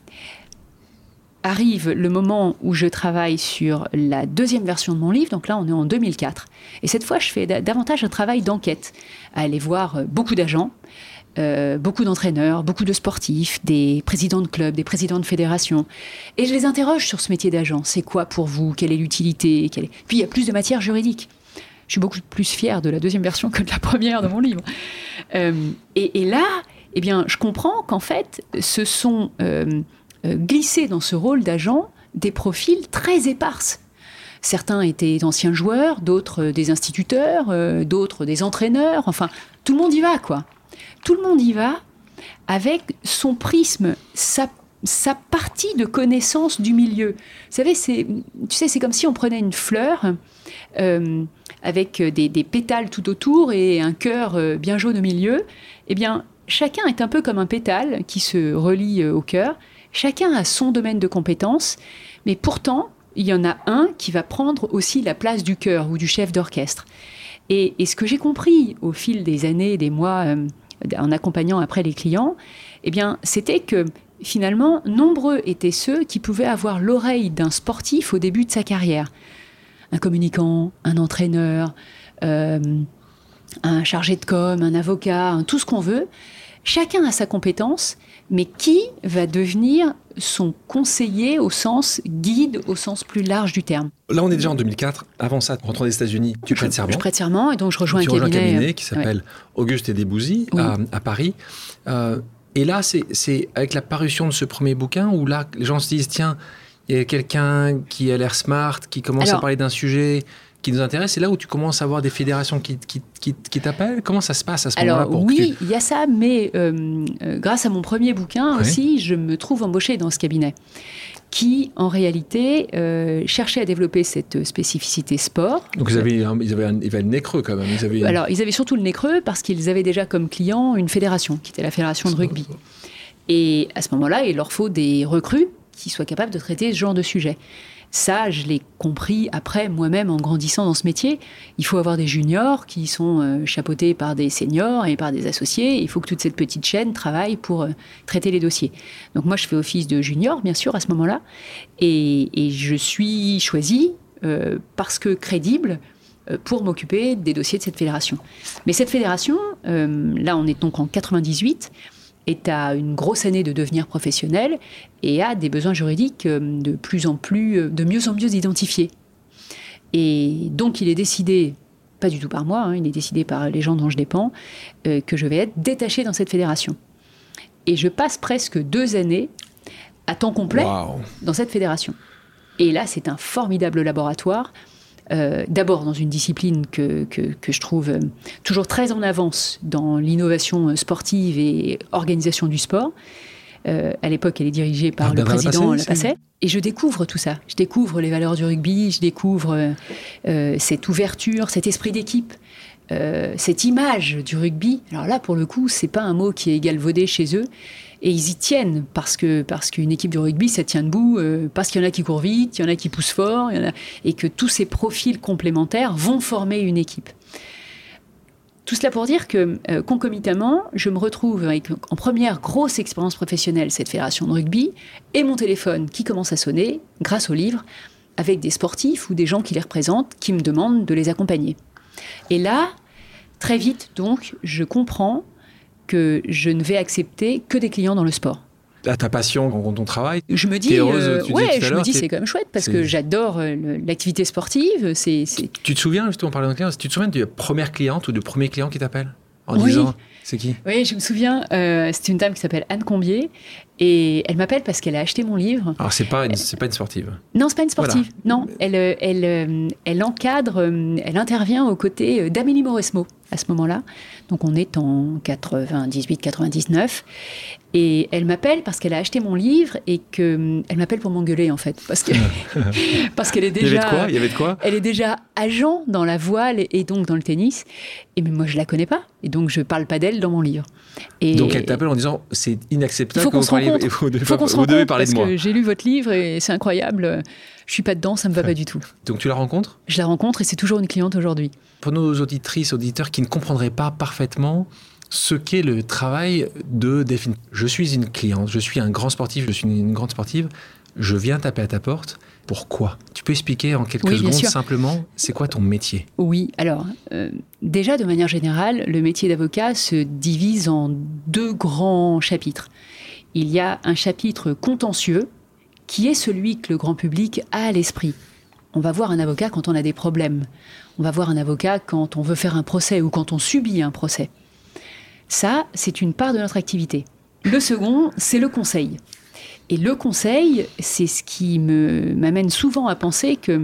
A: Arrive le moment où je travaille sur la deuxième version de mon livre, donc là on est en 2004. Et cette fois je fais davantage un travail d'enquête, à aller voir beaucoup d'agents, beaucoup d'entraîneurs, beaucoup de sportifs, des présidents de clubs, des présidents de fédérations. Et je les interroge sur ce métier d'agent. C'est quoi pour vous ? Quelle est l'utilité ? Puis il y a plus de matière juridique. Je suis beaucoup plus fière de la deuxième version que de la première de mon livre. Et là, eh bien, je comprends qu'en fait, ce sont... glisser dans ce rôle d'agent des profils très éparses. Certains étaient d'anciens joueurs, d'autres des instituteurs, d'autres des entraîneurs. Enfin, tout le monde y va, quoi. Tout le monde y va avec son prisme, sa partie de connaissance du milieu. Vous savez, c'est comme si on prenait une fleur avec des pétales tout autour et un cœur bien jaune au milieu. Eh bien, chacun est un peu comme un pétale qui se relie au cœur. Chacun a son domaine de compétences, mais pourtant, il y en a un qui va prendre aussi la place du chœur ou du chef d'orchestre. Et ce que j'ai compris au fil des années, des mois, en accompagnant après les clients, eh bien, c'était que finalement, nombreux étaient ceux qui pouvaient avoir l'oreille d'un sportif au début de sa carrière. Un communicant, un entraîneur, un chargé de com, un avocat, tout ce qu'on veut. Chacun a sa compétence, mais qui va devenir son conseiller au sens guide, au sens plus large du terme.
B: Là, on est déjà en 2004. Avant ça, rentrant des États-Unis, tu prêtes serment.
A: Je prête serment et donc je rejoins un cabinet
B: qui s'appelle Auguste et Desbouzy à Paris. Et là, c'est avec la parution de ce premier bouquin où là, les gens se disent, tiens, il y a quelqu'un qui a l'air smart, qui commence à parler d'un sujet qui nous intéresse. C'est là où tu commences à avoir des fédérations qui t'appellent. Comment ça se passe à ce moment-là pour
A: oui, il y a ça, mais grâce à mon premier bouquin aussi, je me trouve embauchée dans ce cabinet qui, en réalité, cherchait à développer cette spécificité sport.
B: Donc ils avaient le nez creux quand même.
A: Alors, ils avaient surtout le nez creux parce qu'ils avaient déjà comme client une fédération, qui était la fédération de rugby. Et à ce moment-là, il leur faut des recrues qui soient capables de traiter ce genre de sujet. Ça, je l'ai compris après, moi-même, en grandissant dans ce métier. Il faut avoir des juniors qui sont chapeautés par des seniors et par des associés. Il faut que toute cette petite chaîne travaille pour traiter les dossiers. Donc moi, je fais office de junior, bien sûr, à ce moment-là. Et je suis choisie parce que crédible pour m'occuper des dossiers de cette fédération. Mais cette fédération, là, on est donc en 98, est à une grosse année de devenir professionnel et a des besoins juridiques de mieux en mieux identifiés. Et donc, il est décidé, pas du tout par moi, il est décidé par les gens dont je dépends, que je vais être détachée dans cette fédération. Et je passe presque 2 années à temps complet dans cette fédération. Et là, c'est un formidable laboratoire d'abord dans une discipline que je trouve toujours très en avance dans l'innovation sportive et organisation du sport. À l'époque, elle est dirigée par le président Lapasset. Et je découvre tout ça. Je découvre les valeurs du rugby, je découvre cette ouverture, cet esprit d'équipe, cette image du rugby. Alors là, pour le coup, c'est pas un mot qui est galvaudé chez eux. Et ils y tiennent parce qu'une équipe de rugby, ça tient debout, parce qu'il y en a qui courent vite, il y en a qui poussent fort, et que tous ces profils complémentaires vont former une équipe. Tout cela pour dire que, concomitamment, je me retrouve avec, en première grosse expérience professionnelle, cette fédération de rugby, et mon téléphone qui commence à sonner, grâce au livre, avec des sportifs ou des gens qui les représentent, qui me demandent de les accompagner. Et là, très vite, donc, je comprends que je ne vais accepter que des clients dans le sport.
B: À ta passion, quand on travaille,
A: je me dis, c'est quand même chouette parce que j'adore l'activité sportive.
B: Tu te souviens, justement, en parlant de clients, tu te souviens de la première cliente ou du premier client qui t'appelle en disant, c'est qui ?
A: Oui, je me souviens, c'est une dame qui s'appelle Anne Combier et elle m'appelle parce qu'elle a acheté mon livre.
B: Alors, c'est pas une sportive.
A: Non, c'est pas une sportive. Voilà. Non, elle encadre, elle intervient aux côtés d'Amélie Mauresmo à ce moment-là. Donc, on est en 98-99. Et elle m'appelle parce qu'elle a acheté mon livre et qu'elle m'appelle pour m'engueuler, en fait. Parce qu'elle est déjà...
B: Il y avait de quoi ?
A: Elle est déjà agent dans la voile et donc dans le tennis. Et mais moi, je la connais pas. Et donc, je parle pas d'elle dans mon livre. Et
B: donc, elle t'appelle en disant, c'est inacceptable
A: que vous devez parler de moi. Parce que j'ai lu votre livre et c'est incroyable. Je suis pas dedans, ça me va pas du tout.
B: Donc, tu la rencontres ?
A: Je la rencontre et c'est toujours une cliente aujourd'hui.
B: Pour nos auditrices, auditeurs qui ne comprendraient pas parfaitement ce qu'est le travail de définir. Je suis une cliente, je suis un grand sportif, je suis une grande sportive, je viens taper à ta porte. Pourquoi ? Tu peux expliquer en quelques secondes simplement, c'est quoi ton métier ?
A: Oui, alors, déjà de manière générale, le métier d'avocat se divise en deux grands chapitres. Il y a un chapitre contentieux, qui est celui que le grand public a à l'esprit. On va voir un avocat quand on a des problèmes. On va voir un avocat quand on veut faire un procès ou quand on subit un procès. Ça, c'est une part de notre activité. Le second, c'est le conseil. Et le conseil, c'est ce qui m'amène souvent à penser que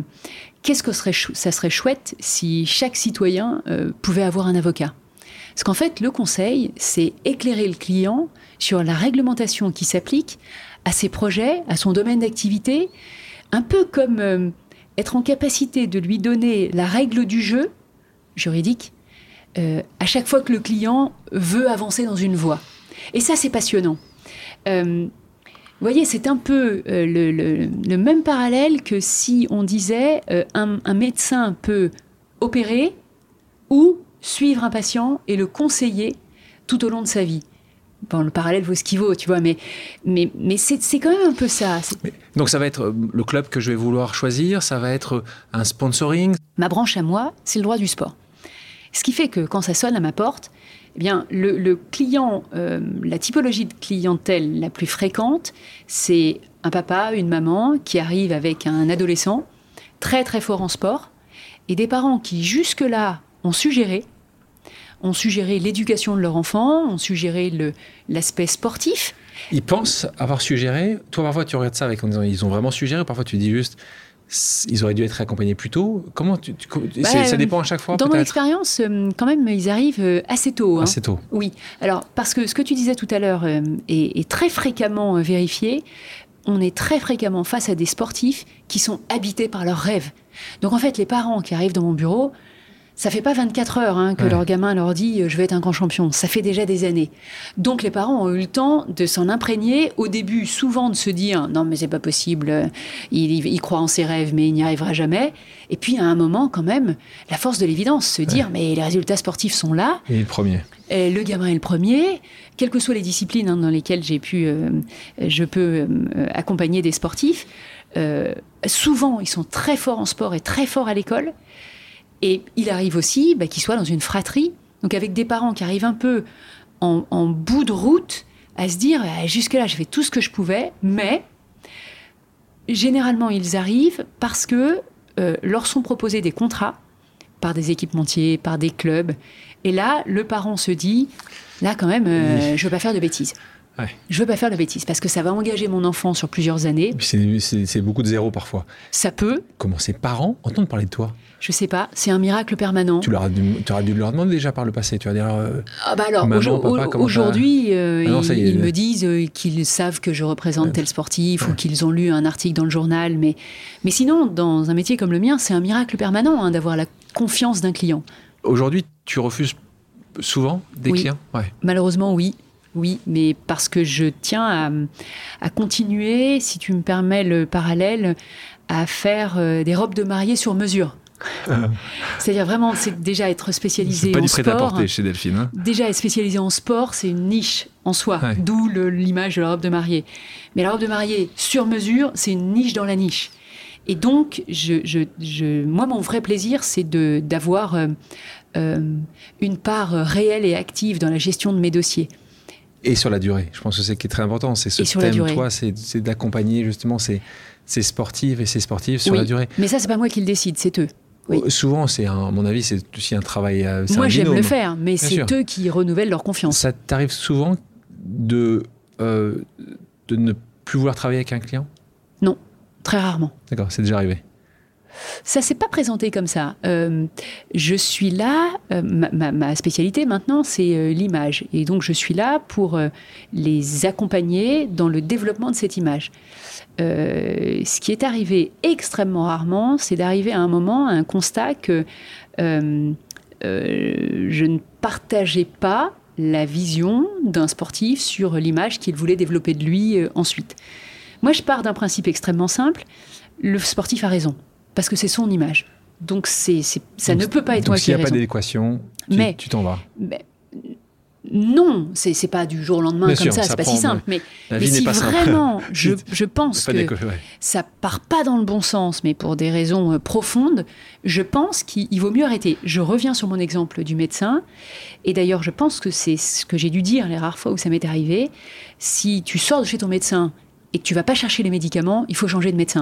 A: ça serait chouette si chaque citoyen pouvait avoir un avocat. Parce qu'en fait, le conseil, c'est éclairer le client sur la réglementation qui s'applique à ses projets, à son domaine d'activité, un peu comme être en capacité de lui donner la règle du jeu juridique à chaque fois que le client veut avancer dans une voie. Et ça, c'est passionnant. Vous voyez, c'est un peu le même parallèle que si on disait un médecin peut opérer ou suivre un patient et le conseiller tout au long de sa vie. Bon, le parallèle vaut ce qu'il vaut, tu vois, mais c'est quand même un peu ça.
B: Donc ça va être le club que je vais vouloir choisir, ça va être un sponsoring.
A: Ma branche à moi, c'est le droit du sport. Ce qui fait que quand ça sonne à ma porte, eh bien, le client, la typologie de clientèle la plus fréquente, c'est un papa, une maman qui arrive avec un adolescent très très fort en sport et des parents qui jusque-là ont suggéré l'éducation de leur enfant, ont suggéré l'aspect sportif.
B: Ils pensent avoir suggéré. Toi, parfois, tu regardes ça en disant ils ont vraiment suggéré, ou parfois tu dis juste ils auraient dû être accompagnés plus tôt. Comment ça dépend à chaque fois.
A: Dans mon expérience, quand même, ils arrivent assez tôt.
B: Assez tôt.
A: Oui. Alors, parce que ce que tu disais tout à l'heure est très fréquemment vérifié. On est très fréquemment face à des sportifs qui sont habités par leurs rêves. Donc, en fait, les parents qui arrivent dans mon bureau, ça fait pas 24 heures que leur gamin leur dit « je vais être un grand champion ». Ça fait déjà des années. Donc les parents ont eu le temps de s'en imprégner. Au début, souvent de se dire « non, mais c'est pas possible, il croit en ses rêves, mais il n'y arrivera jamais ». Et puis à un moment, quand même, la force de l'évidence, se dire « mais les résultats sportifs sont là ».
B: Et le premier.
A: Le gamin est le premier. Quelles que soient les disciplines dans lesquelles je peux accompagner des sportifs, souvent, ils sont très forts en sport et très forts à l'école. Et il arrive aussi qu'ils soient dans une fratrie, donc avec des parents qui arrivent un peu en bout de route à se dire jusque-là, j'ai fait tout ce que je pouvais, mais généralement, ils arrivent parce que leur sont proposés des contrats par des équipementiers, par des clubs. Et là, le parent se dit, là quand même, je ne veux pas faire de bêtises.
B: Ouais.
A: Je veux pas faire de bêtises parce que ça va engager mon enfant sur plusieurs années.
B: C'est beaucoup de zéros parfois.
A: Ça peut.
B: Comment ses parents entendent parler de toi?
A: Je sais pas, c'est un miracle permanent.
B: Tu auras dû leur demander déjà par le passé. Tu vas dire.
A: Alors,
B: maman, papa, comment
A: aujourd'hui,
B: non,
A: ils me disent qu'ils savent que je représente tel sportif ou qu'ils ont lu un article dans le journal. Mais sinon, dans un métier comme le mien, c'est un miracle permanent d'avoir la confiance d'un client.
B: Aujourd'hui, tu refuses souvent des clients? Ouais.
A: Malheureusement, oui. Oui, mais parce que je tiens à continuer, si tu me permets le parallèle, à faire des robes de mariée sur mesure. C'est-à-dire vraiment, c'est déjà être spécialisé en sport.
B: C'est pas du prêt-à-porter chez Delphine. Hein.
A: Déjà être spécialisé en sport, c'est une niche en soi, d'où l'image de la robe de mariée. Mais la robe de mariée sur mesure, c'est une niche dans la niche. Et donc, moi, mon vrai plaisir, c'est d'avoir une part réelle et active dans la gestion de mes dossiers.
B: Et sur la durée, je pense que c'est ce qui est très important. C'est ce thème, toi, c'est d'accompagner justement ces sportives et ces sportifs sur la durée.
A: Mais ça, c'est pas moi qui le décide, c'est eux. Oui.
B: Souvent, à mon avis, c'est aussi un travail.
A: Moi, j'aime le faire, mais c'est eux qui renouvellent leur confiance.
B: Ça t'arrive souvent de ne plus vouloir travailler avec un client?
A: Non, très rarement.
B: D'accord, c'est déjà arrivé.
A: Ça s'est pas présenté comme ça. Je suis là, ma spécialité maintenant, c'est l'image. Et donc, je suis là pour les accompagner dans le développement de cette image. Ce qui est arrivé extrêmement rarement, c'est d'arriver à un moment, à un constat que je ne partageais pas la vision d'un sportif sur l'image qu'il voulait développer de lui ensuite. Moi, je pars d'un principe extrêmement simple. Le sportif a raison. Parce que c'est son image. Donc, ça ne peut pas être moi qui ai raison.
B: Donc, s'il n'y a pas d'adéquation, tu t'en vas.
A: Non, c'est pas du jour au lendemain comme ça, c'est pas si simple. Mais si vraiment, je pense que ça part pas dans le bon sens, mais pour des raisons profondes, je pense qu'il vaut mieux arrêter. Je reviens sur mon exemple du médecin. Et d'ailleurs, je pense que c'est ce que j'ai dû dire les rares fois où ça m'est arrivé. Si tu sors de chez ton médecin et que tu vas pas chercher les médicaments, il faut changer de médecin.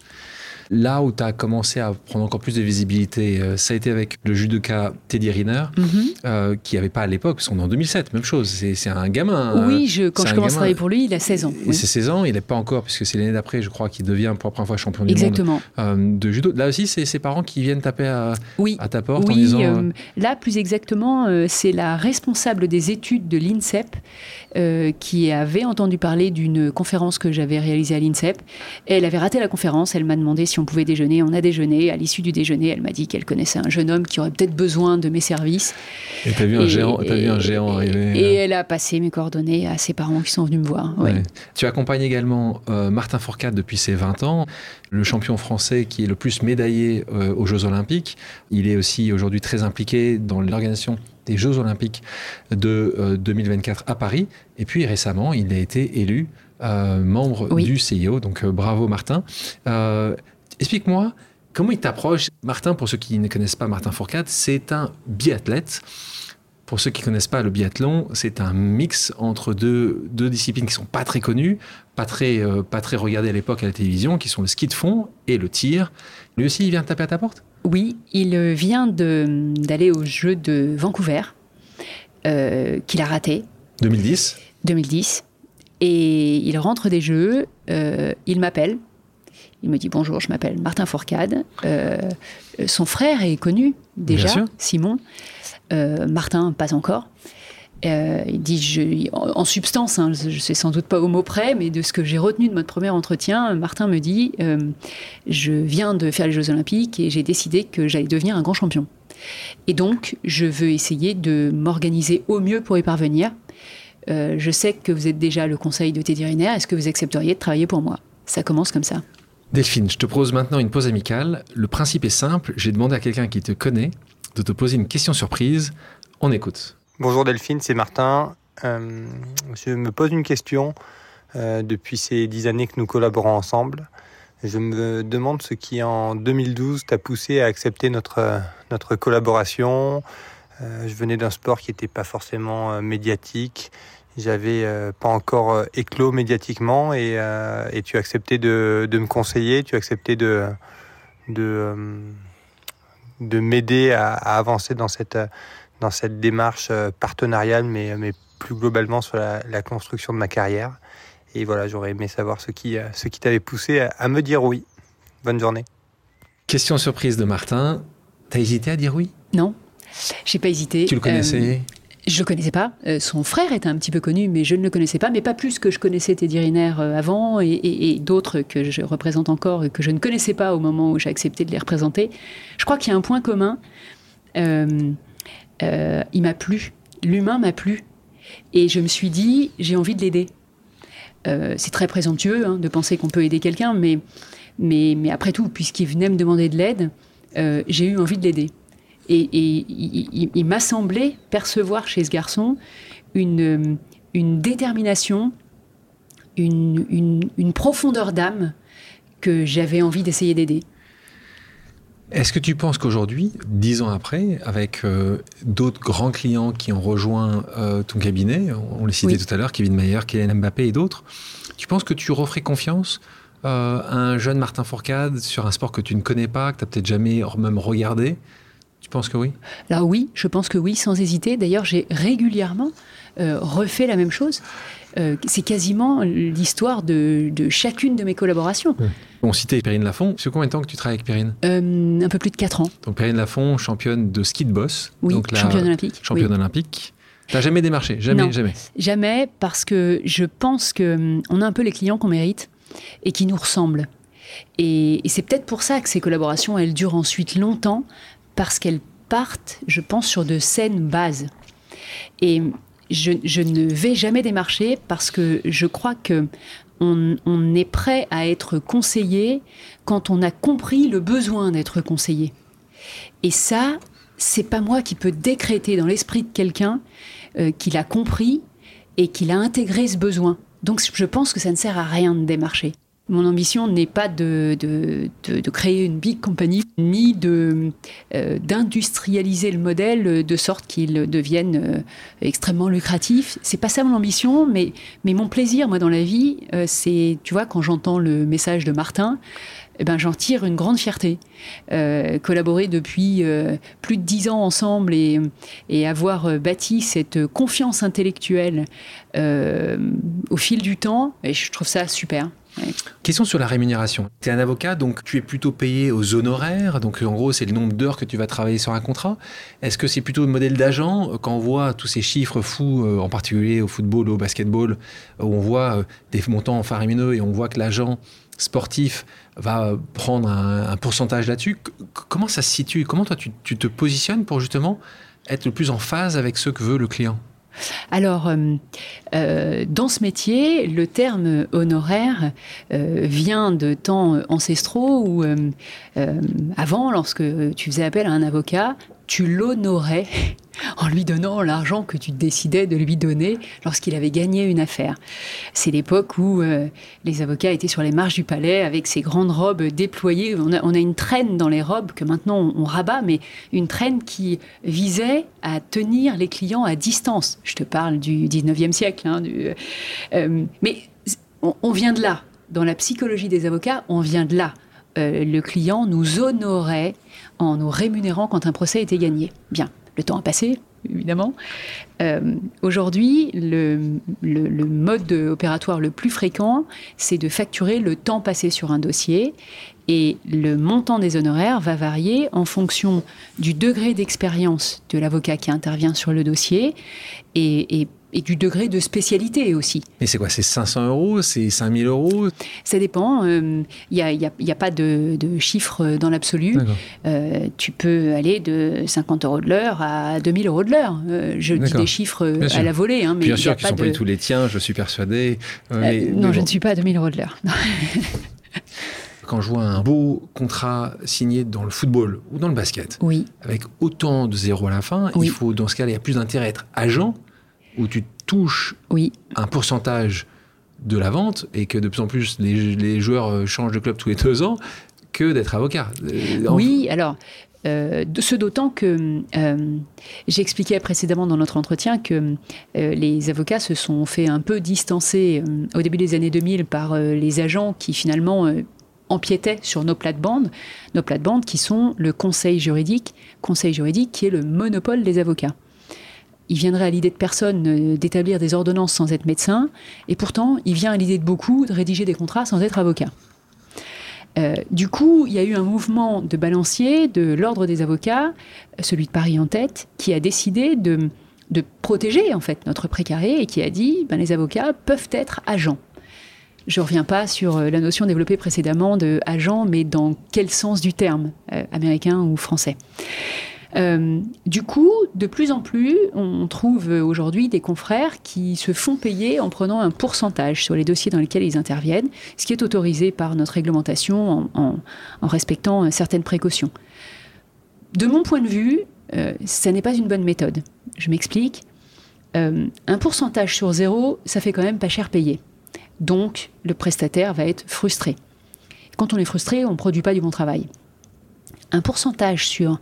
B: Là où tu as commencé à prendre encore plus de visibilité, ça a été avec le judoka Teddy Riner, qui n'avait pas à l'époque, parce qu'on est en 2007, même chose, c'est un gamin.
A: Oui, quand je commence à travailler pour lui, il a 16 ans.
B: Et c'est 16 ans, il n'est pas encore, puisque c'est l'année d'après, je crois, qu'il devient pour la première fois champion du monde de judo. Là aussi, c'est ses parents qui viennent taper à ta porte en disant...
A: Là, plus exactement, c'est la responsable des études de l'INSEP qui avait entendu parler d'une conférence que j'avais réalisée à l'INSEP. Elle avait raté la conférence, elle m'a demandé si on pouvait déjeuner. On a déjeuné. À l'issue du déjeuner, elle m'a dit qu'elle connaissait un jeune homme qui aurait peut-être besoin de mes services.
B: Et t'as vu un géant arriver.
A: Et elle a passé mes coordonnées à ses parents qui sont venus me voir.
B: Ouais. Ouais. Tu accompagnes également Martin Fourcade depuis ses 20 ans, le champion français qui est le plus médaillé aux Jeux Olympiques. Il est aussi aujourd'hui très impliqué dans l'organisation des Jeux Olympiques de 2024 à Paris. Et puis récemment, il a été élu membre du CIO. Donc bravo Martin. Explique-moi, comment il t'approche? Martin, pour ceux qui ne connaissent pas Martin Fourcade, c'est un biathlète. Pour ceux qui ne connaissent pas le biathlon, c'est un mix entre deux disciplines qui ne sont pas très connues, pas très regardées à l'époque à la télévision, qui sont le ski de fond et le tir. Lui aussi, il vient taper à ta porte? Oui,
A: il vient d'aller aux Jeux de Vancouver, qu'il a raté.
B: 2010.
A: Et il rentre des Jeux, il m'appelle. Il me dit « Bonjour, je m'appelle Martin Fourcade. » Son frère est connu déjà, Simon. Martin, pas encore. Il dit, en substance, hein, je ne sais sans doute pas au mot près, mais de ce que j'ai retenu de notre premier entretien, Martin me dit je viens de faire les Jeux Olympiques et j'ai décidé que j'allais devenir un grand champion. Et donc, je veux essayer de m'organiser au mieux pour y parvenir. Je sais que vous êtes déjà le conseil de Teddy Riner. Est-ce que vous accepteriez de travailler pour moi? Ça commence comme ça.
B: Delphine, je te propose maintenant une pause amicale. Le principe est simple. J'ai demandé à quelqu'un qui te connaît de te poser une question surprise. On écoute.
C: Bonjour Delphine, c'est Martin. Je me pose une question depuis ces 10 années que nous collaborons ensemble. Je me demande ce qui, en 2012, t'a poussé à accepter notre collaboration. Je venais d'un sport qui n'était pas forcément médiatique. J'avais pas encore éclos médiatiquement et tu as accepté de me conseiller, tu as accepté de m'aider à avancer dans cette démarche partenariale, mais plus globalement sur la construction de ma carrière. Et voilà, j'aurais aimé savoir ce qui t'avait poussé à me dire oui. Bonne journée.
B: Question surprise de Martin. T'as hésité à dire oui ?
A: Non, j'ai pas hésité.
B: Tu le connaissais ?
A: Je le connaissais pas. Son frère était un petit peu connu, mais je ne le connaissais pas. Mais pas plus que je connaissais Teddy Riner avant et d'autres que je représente encore et que je ne connaissais pas au moment où j'ai accepté de les représenter. Je crois qu'il y a un point commun. Il m'a plu. L'humain m'a plu. Et je me suis dit, j'ai envie de l'aider. C'est très présomptueux de penser qu'on peut aider quelqu'un, mais après tout, puisqu'il venait me demander de l'aide, j'ai eu envie de l'aider. Et il m'a semblé percevoir chez ce garçon une détermination, une profondeur d'âme que j'avais envie d'essayer d'aider.
B: Est-ce que tu penses qu'aujourd'hui, 10 ans après, avec d'autres grands clients qui ont rejoint ton cabinet, on les citait tout à l'heure, Kevin Mayer, Kylian Mbappé et d'autres, tu penses que tu referais confiance à un jeune Martin Fourcade sur un sport que tu ne connais pas, que tu n'as peut-être jamais même regardé ? Tu penses que oui ?
A: Là, oui, je pense que oui, sans hésiter. D'ailleurs, j'ai régulièrement refait la même chose. C'est quasiment l'histoire de chacune de mes collaborations.
B: On citait Perrine Lafont. C'est combien de temps que tu travailles avec Perrine ?
A: Un peu plus de 4 ans.
B: Donc Perrine Lafont, championne de ski de boss.
A: Oui,
B: donc
A: championne olympique.
B: Championne olympique. T'as jamais démarché ?
A: Non,
B: jamais.
A: Jamais, parce que je pense qu'on a un peu les clients qu'on mérite et qui nous ressemblent. Et c'est peut-être pour ça que ces collaborations, elles durent ensuite longtemps, parce qu'elles partent, je pense, sur de saines bases. Et je ne vais jamais démarcher parce que je crois qu'on est prêt à être conseillé quand on a compris le besoin d'être conseillé. Et ça, c'est pas moi qui peux décréter dans l'esprit de quelqu'un qu'il a compris et qu'il a intégré ce besoin. Donc je pense que ça ne sert à rien de démarcher. Mon ambition n'est pas de créer une big company, ni d'industrialiser le modèle de sorte qu'il devienne extrêmement lucratif. C'est pas ça mon ambition, mais mon plaisir, moi, dans la vie, c'est, tu vois, quand j'entends le message de Martin, j'en tire une grande fierté. Collaborer depuis plus de 10 ans ensemble et avoir bâti cette confiance intellectuelle au fil du temps, et je trouve ça super. Ouais.
B: Question sur la rémunération. Tu es un avocat, donc tu es plutôt payé aux honoraires. Donc en gros, c'est le nombre d'heures que tu vas travailler sur un contrat. Est-ce que c'est plutôt le modèle d'agent ? Quand on voit tous ces chiffres fous, en particulier au football, au basketball, où on voit des montants faramineux et on voit que l'agent sportif va prendre un pourcentage là-dessus. Comment ça se situe ? Comment toi, tu te positionnes pour justement être le plus en phase avec ce que veut le client ?
A: Alors, dans ce métier, le terme honoraire vient de temps ancestraux où, avant, lorsque tu faisais appel à un avocat, tu l'honorais en lui donnant l'argent que tu décidais de lui donner lorsqu'il avait gagné une affaire. C'est l'époque où les avocats étaient sur les marches du palais avec ces grandes robes déployées. On a une traîne dans les robes que maintenant on rabat, mais une traîne qui visait à tenir les clients à distance. Je te parle du 19e siècle. Mais on vient de là. Dans la psychologie des avocats, on vient de là. Le client nous honorait en nous rémunérant quand un procès était gagné. Bien, le temps a passé, évidemment. Aujourd'hui, le mode opératoire le plus fréquent, c'est de facturer le temps passé sur un dossier. Et le montant des honoraires va varier en fonction du degré d'expérience de l'avocat qui intervient sur le dossier et du degré de spécialité aussi.
B: Mais c'est quoi ? C'est 500 €? C'est 5 000 €?
A: Ça dépend. Il n'y a pas de chiffre dans l'absolu. Tu peux aller de 50 € de l'heure à 2 000 € de l'heure. Je dis des chiffres à la volée. Mais
B: bien sûr qu'ils ne sont pas tous les tiens, je suis persuadé.
A: Non, je ne suis pas à 2 000 € de l'heure.
B: Quand je vois un beau contrat signé dans le football ou dans le basket, avec autant de zéros à la fin, il faut, dans ce cas-là, il y a plus d'intérêt à être agent, où tu touches un pourcentage de la vente et que de plus en plus les joueurs changent de club tous les 2 ans, que d'être avocat.
A: Alors, ce d'autant que j'expliquais précédemment dans notre entretien que les avocats se sont fait un peu distancer au début des années 2000 par les agents qui finalement empiétaient sur nos plates-bandes qui sont le conseil juridique qui est le monopole des avocats. il viendrait à l'idée de personne d'établir des ordonnances sans être médecin, et pourtant, il vient à l'idée de beaucoup de rédiger des contrats sans être avocat. Du coup, il y a eu un mouvement de balancier de l'Ordre des avocats, celui de Paris en tête, qui a décidé de protéger en fait notre précaré et qui a dit les avocats peuvent être agents. Je ne reviens pas sur la notion développée précédemment de agent, mais dans quel sens du terme, américain ou français. Du coup, de plus en plus, on trouve aujourd'hui des confrères qui se font payer en prenant un pourcentage sur les dossiers dans lesquels ils interviennent, ce qui est autorisé par notre réglementation en respectant certaines précautions. De mon point de vue, ça n'est pas une bonne méthode. Je m'explique. Un pourcentage sur 0, ça fait quand même pas cher payé. Donc, le prestataire va être frustré. Quand on est frustré, on ne produit pas du bon travail. Un pourcentage sur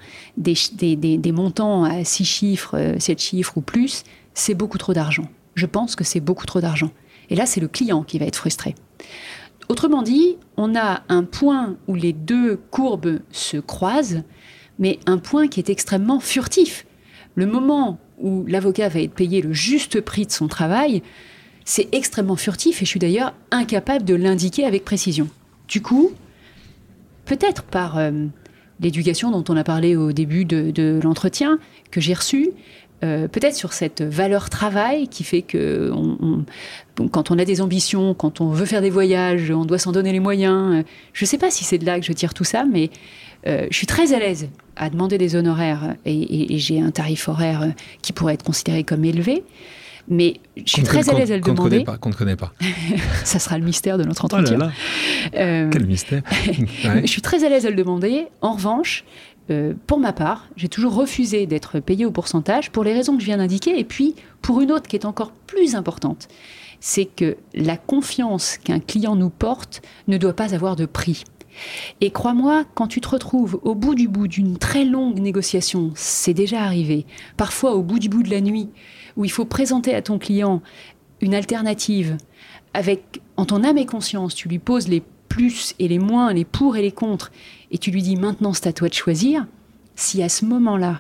A: des montants à 6 chiffres, 7 chiffres ou plus, c'est beaucoup trop d'argent. Je pense que c'est beaucoup trop d'argent. Et là, c'est le client qui va être frustré. Autrement dit, on a un point où les deux courbes se croisent, mais un point qui est extrêmement furtif. Le moment où l'avocat va être payé le juste prix de son travail, c'est extrêmement furtif et je suis d'ailleurs incapable de l'indiquer avec précision. Du coup, peut-être par l'éducation dont on a parlé au début de l'entretien que j'ai reçu, peut-être sur cette valeur travail qui fait que quand on a des ambitions, quand on veut faire des voyages, on doit s'en donner les moyens. Je ne sais pas si c'est de là que je tire tout ça, mais je suis très à l'aise à demander des honoraires et j'ai un tarif horaire qui pourrait être considéré comme élevé. Mais je suis très à l'aise à le demander.
B: Qu'on ne connaît pas.
A: Ça sera le mystère de notre entretien.
B: Oh là là. Quel mystère. Ouais.
A: Je suis très à l'aise à le demander. En revanche, pour ma part, j'ai toujours refusé d'être payé au pourcentage pour les raisons que je viens d'indiquer. Et puis, pour une autre qui est encore plus importante, c'est que la confiance qu'un client nous porte ne doit pas avoir de prix. Et crois-moi, quand tu te retrouves au bout du bout d'une très longue négociation, c'est déjà arrivé, parfois au bout du bout de la nuit, où il faut présenter à ton client une alternative avec, en ton âme et conscience, tu lui poses les plus et les moins, les pour et les contre, et tu lui dis maintenant c'est à toi de choisir. Si à ce moment-là,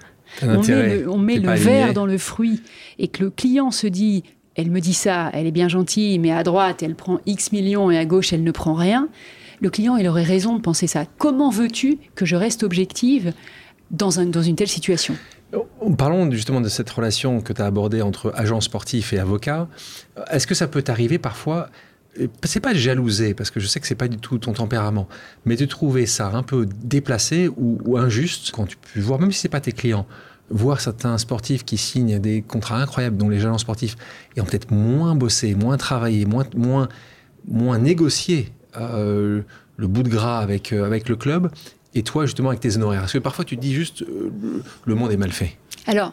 A: on met le verre dans le fruit et que le client se dit elle me dit ça, elle est bien gentille, mais à droite elle prend X millions et à gauche elle ne prend rien, le client il aurait raison de penser ça. Comment veux-tu que je reste objective dans une telle situation ?
B: Parlons justement de cette relation que tu as abordée entre agent sportif et avocat. Est-ce que ça peut t'arriver parfois, c'est pas de jalouser, parce que je sais que c'est pas du tout ton tempérament, mais de trouver ça un peu déplacé ou injuste quand tu peux voir, même si c'est pas tes clients, voir certains sportifs qui signent des contrats incroyables, dont les agents sportifs, et ont peut-être moins bossé, moins travaillé, moins négocié le bout de gras avec le club, et toi justement avec tes honoraires. Parce que parfois tu te dis juste le monde est mal fait.
A: Alors,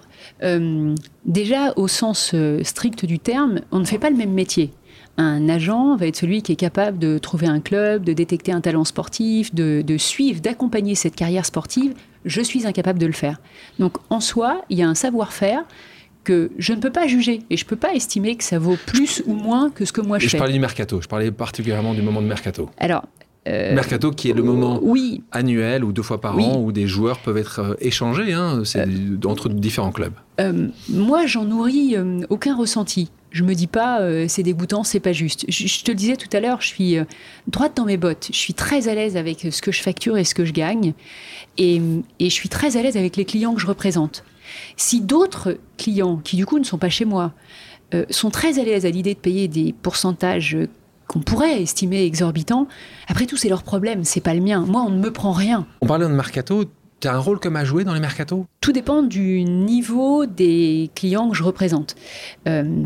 A: déjà au sens strict du terme, on ne fait pas le même métier. Un agent va être celui qui est capable de trouver un club, de détecter un talent sportif, de suivre, d'accompagner cette carrière sportive. Je suis incapable de le faire. Donc en soi, il y a un savoir-faire que je ne peux pas juger et je ne peux pas estimer que ça vaut plus ou moins que ce que moi je fais.
B: Je parlais du mercato, je parlais particulièrement du moment de mercato.
A: Alors,
B: mercato qui est le moment annuel ou 2 fois par an où des joueurs peuvent être échangés entre différents clubs.
A: Moi, j'en nourris aucun ressenti. Je me dis pas c'est dégoûtant, c'est pas juste. Je te le disais tout à l'heure, je suis droite dans mes bottes. Je suis très à l'aise avec ce que je facture et ce que je gagne. Et je suis très à l'aise avec les clients que je représente. Si d'autres clients, qui du coup ne sont pas chez moi, sont très à l'aise à l'idée de payer des pourcentages qu'on pourrait estimer exorbitants, après tout, c'est leur problème, c'est pas le mien. Moi, on ne me prend rien.
B: On parlait de mercato. Tu as un rôle comme à jouer dans les mercatos ?
A: Tout dépend du niveau des clients que je représente. Le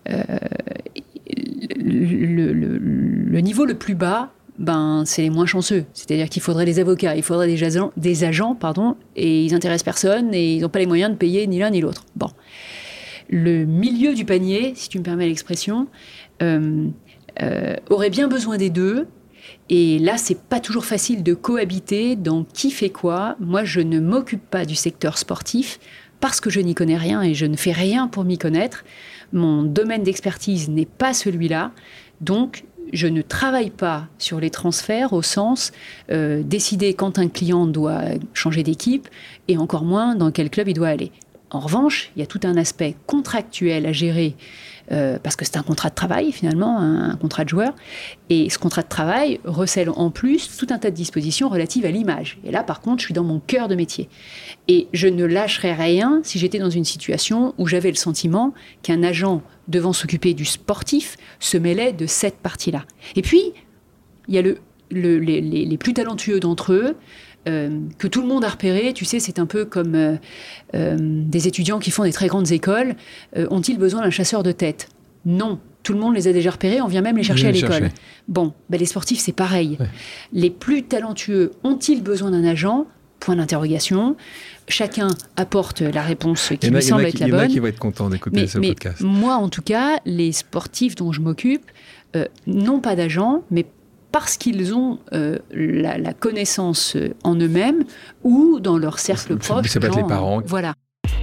A: niveau le plus bas, c'est les moins chanceux. C'est-à-dire qu'il faudrait des avocats, il faudrait des agents, et ils n'intéressent personne et ils n'ont pas les moyens de payer ni l'un ni l'autre. Bon. Le milieu du panier, si tu me permets l'expression, aurait bien besoin des deux. Et là, c'est pas toujours facile de cohabiter dans qui fait quoi. Moi, je ne m'occupe pas du secteur sportif parce que je n'y connais rien et je ne fais rien pour m'y connaître. Mon domaine d'expertise n'est pas celui-là. Donc, je ne travaille pas sur les transferts au sens décider quand un client doit changer d'équipe et encore moins dans quel club il doit aller. En revanche, il y a tout un aspect contractuel à gérer, parce que c'est un contrat de travail finalement, un contrat de joueur. Et ce contrat de travail recèle en plus tout un tas de dispositions relatives à l'image. Et là, par contre, je suis dans mon cœur de métier. Et je ne lâcherais rien si j'étais dans une situation où j'avais le sentiment qu'un agent devant s'occuper du sportif se mêlait de cette partie-là. Et puis, il y a les plus talentueux d'entre eux, que tout le monde a repéré. Tu sais, c'est un peu comme des étudiants qui font des très grandes écoles. Ont-ils besoin d'un chasseur de tête ? Non. Tout le monde les a déjà repérés, on vient même les chercher à l'école. Bon, les sportifs, c'est pareil. Ouais. Les plus talentueux ont-ils besoin d'un agent ? Point d'interrogation. Chacun apporte la réponse qui lui semble être la bonne.
B: Il y en a qui vont être contents d'écouter ce podcast.
A: Moi, en tout cas, les sportifs dont je m'occupe n'ont pas d'agent, mais parce qu'ils ont la connaissance en eux-mêmes ou dans leur cercle proche.
B: Ça peut être les parents.
A: Voilà.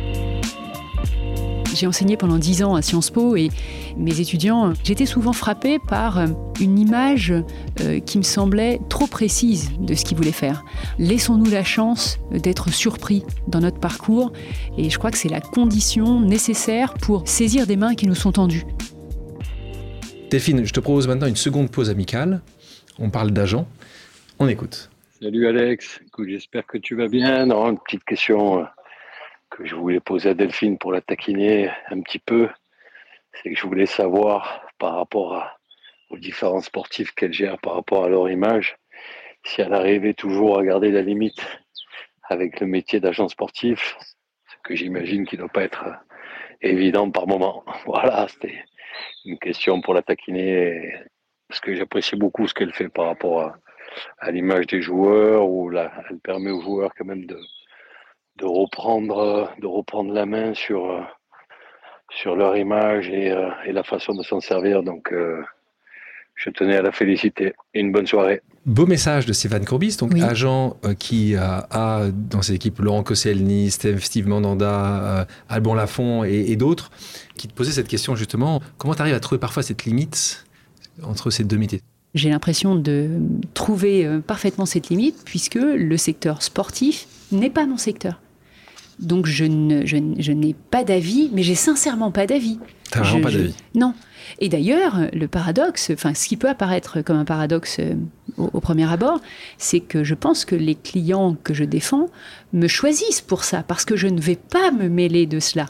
A: J'ai enseigné pendant 10 ans à Sciences Po et mes étudiants, j'étais souvent frappée par une image qui me semblait trop précise de ce qu'ils voulaient faire. Laissons-nous la chance d'être surpris dans notre parcours et je crois que c'est la condition nécessaire pour saisir des mains qui nous sont tendues.
B: Delphine, je te propose maintenant une seconde pause amicale. On parle d'agents. On écoute.
D: Salut Alex. Écoute, j'espère que tu vas bien. Non, une petite question que je voulais poser à Delphine pour la taquiner un petit peu. C'est que je voulais savoir par rapport aux différents sportifs qu'elle gère, par rapport à leur image, si elle arrivait toujours à garder la limite avec le métier d'agent sportif, ce que j'imagine qui ne doit pas être évident par moment. Voilà, c'était une question pour la taquiner. Parce que j'apprécie beaucoup ce qu'elle fait par rapport à l'image des joueurs, où elle permet aux joueurs quand même de reprendre la main sur leur image et la façon de s'en servir. Donc, je tenais à la féliciter. Et une bonne soirée.
B: Beau message de Stéphane Courbis, donc oui. Agent qui a dans ses équipes Laurent Koscielny, Steve Mandanda, Alban Lafont et d'autres, qui te posaient cette question justement. Comment tu arrives à trouver parfois cette limite entre ces deux métiers ?
A: J'ai l'impression de trouver parfaitement cette limite, puisque le secteur sportif n'est pas mon secteur. Donc je n'ai pas d'avis, mais j'ai sincèrement pas d'avis.
B: T'as vraiment pas d'avis ?
A: Non. Et d'ailleurs, le paradoxe, ce qui peut apparaître comme un paradoxe au premier abord, c'est que je pense que les clients que je défends me choisissent pour ça, parce que je ne vais pas me mêler de cela.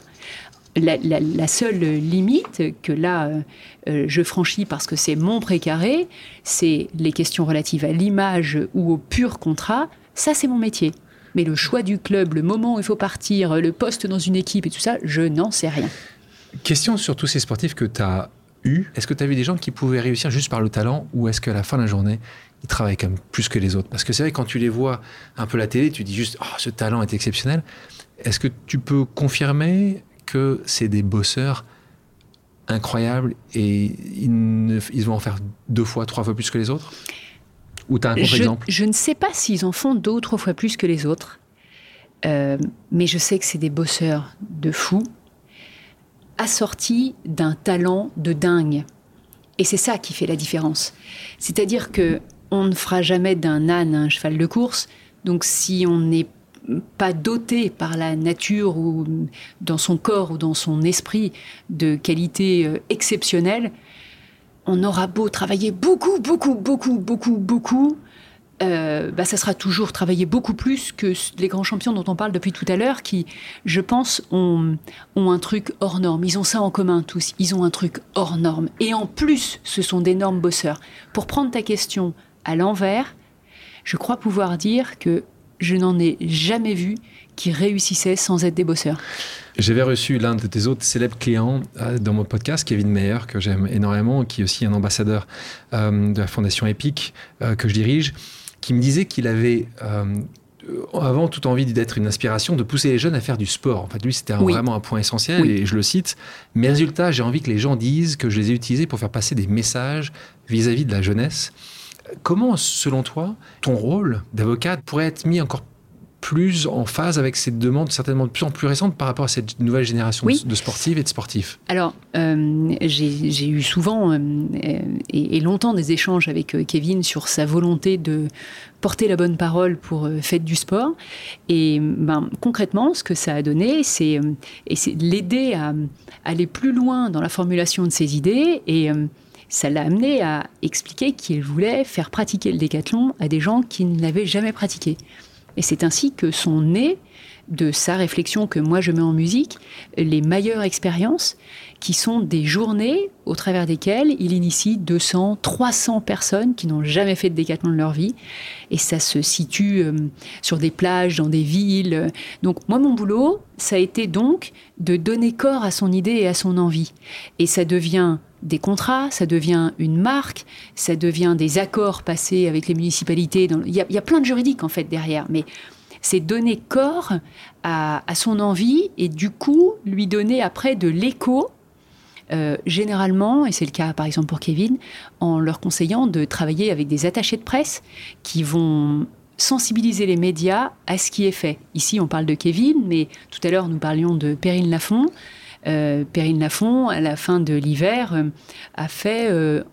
A: La seule limite que là, je franchis parce que c'est mon précaré, c'est les questions relatives à l'image ou au pur contrat. Ça, c'est mon métier. Mais le choix du club, le moment où il faut partir, le poste dans une équipe et tout ça, je n'en sais rien.
B: Question sur tous ces sportifs que tu as eus. Est-ce que tu as vu des gens qui pouvaient réussir juste par le talent, ou est-ce qu'à la fin de la journée, ils travaillent quand même plus que les autres ? Parce que c'est vrai, quand tu les vois un peu à la télé, tu dis juste « Oh, ce talent est exceptionnel ». Est-ce que tu peux confirmer que c'est des bosseurs incroyables et ils vont en faire 2 fois, 3 fois plus que les autres ? Ou tu as un contre-exemple ?
A: Je ne sais pas s'ils en font 2 ou 3 fois plus que les autres, mais je sais que c'est des bosseurs de fous, assortis d'un talent de dingue. Et c'est ça qui fait la différence. C'est-à-dire qu'on ne fera jamais d'un âne un cheval de course, donc si on n'est pas doté par la nature ou dans son corps ou dans son esprit de qualités exceptionnelles, on aura beau travailler beaucoup, ça sera toujours travailler beaucoup plus que les grands champions dont on parle depuis tout à l'heure, qui, je pense, ont un truc hors norme. Ils ont ça en commun tous, ils ont un truc hors norme. Et en plus, ce sont d'énormes bosseurs. Pour prendre ta question à l'envers, je crois pouvoir dire que je n'en ai jamais vu qui réussissaient sans être des bosseurs.
B: J'avais reçu l'un de tes autres célèbres clients dans mon podcast, Kevin Mayer, que j'aime énormément, qui est aussi un ambassadeur de la Fondation EPIC que je dirige, qui me disait qu'il avait avant toute envie d'être une inspiration, de pousser les jeunes à faire du sport. En fait, lui, c'était vraiment un point essentiel, et je le cite. Mes résultats, j'ai envie que les gens disent que je les ai utilisés pour faire passer des messages vis-à-vis de la jeunesse. Comment, selon toi, ton rôle d'avocate pourrait être mis encore plus en phase avec ces demandes certainement de plus en plus récentes par rapport à cette nouvelle génération de sportives et de sportifs?
A: Alors, j'ai eu souvent et longtemps des échanges avec Kevin sur sa volonté de porter la bonne parole pour Faites du sport. Et concrètement, ce que ça a donné, c'est l'aider à aller plus loin dans la formulation de ses idées. Et ça l'a amené à expliquer qu'il voulait faire pratiquer le décathlon à des gens qui ne l'avaient jamais pratiqué. Et c'est ainsi que sont nées, de sa réflexion que moi je mets en musique, les meilleures expériences, qui sont des journées au travers desquelles il initie 200, 300 personnes qui n'ont jamais fait de décathlon de leur vie. Et ça se situe sur des plages, dans des villes. Donc moi, mon boulot, ça a été donc de donner corps à son idée et à son envie. Et ça devient des contrats, ça devient une marque, ça devient des accords passés avec les municipalités. Il y a plein de juridiques, en fait, derrière. Mais c'est donner corps à son envie et du coup, lui donner après de l'écho, généralement, et c'est le cas par exemple pour Kevin, en leur conseillant de travailler avec des attachés de presse qui vont sensibiliser les médias à ce qui est fait. Ici, on parle de Kevin, mais tout à l'heure, nous parlions de Perrine Lafont. Perrine Lafont, à la fin de l'hiver, a fait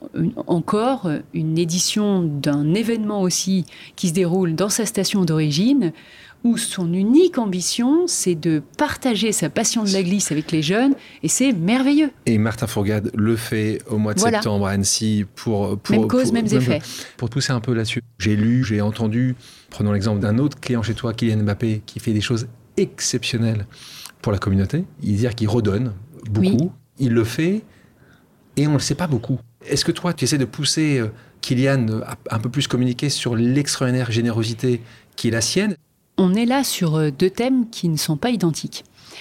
A: encore une édition d'un événement aussi qui se déroule dans sa station d'origine, où son unique ambition, c'est de partager sa passion de la glisse avec les jeunes, et c'est merveilleux.
B: Et Martin Fourcade le fait au mois de septembre à Annecy pour
A: même cause, mêmes effets.
B: Pour pousser un peu là-dessus. J'ai lu, j'ai entendu, prenons l'exemple d'un autre client chez toi, Kylian Mbappé, qui fait des choses exceptionnelles pour la communauté. Il qu'il redonne beaucoup, il le fait, et on ne le sait pas beaucoup. Est-ce que toi, tu essaies de pousser Kylian à un peu plus communiquer sur l'extraordinaire générosité qui est la sienne?
A: On est là sur deux thèmes qui ne sont pas identiques.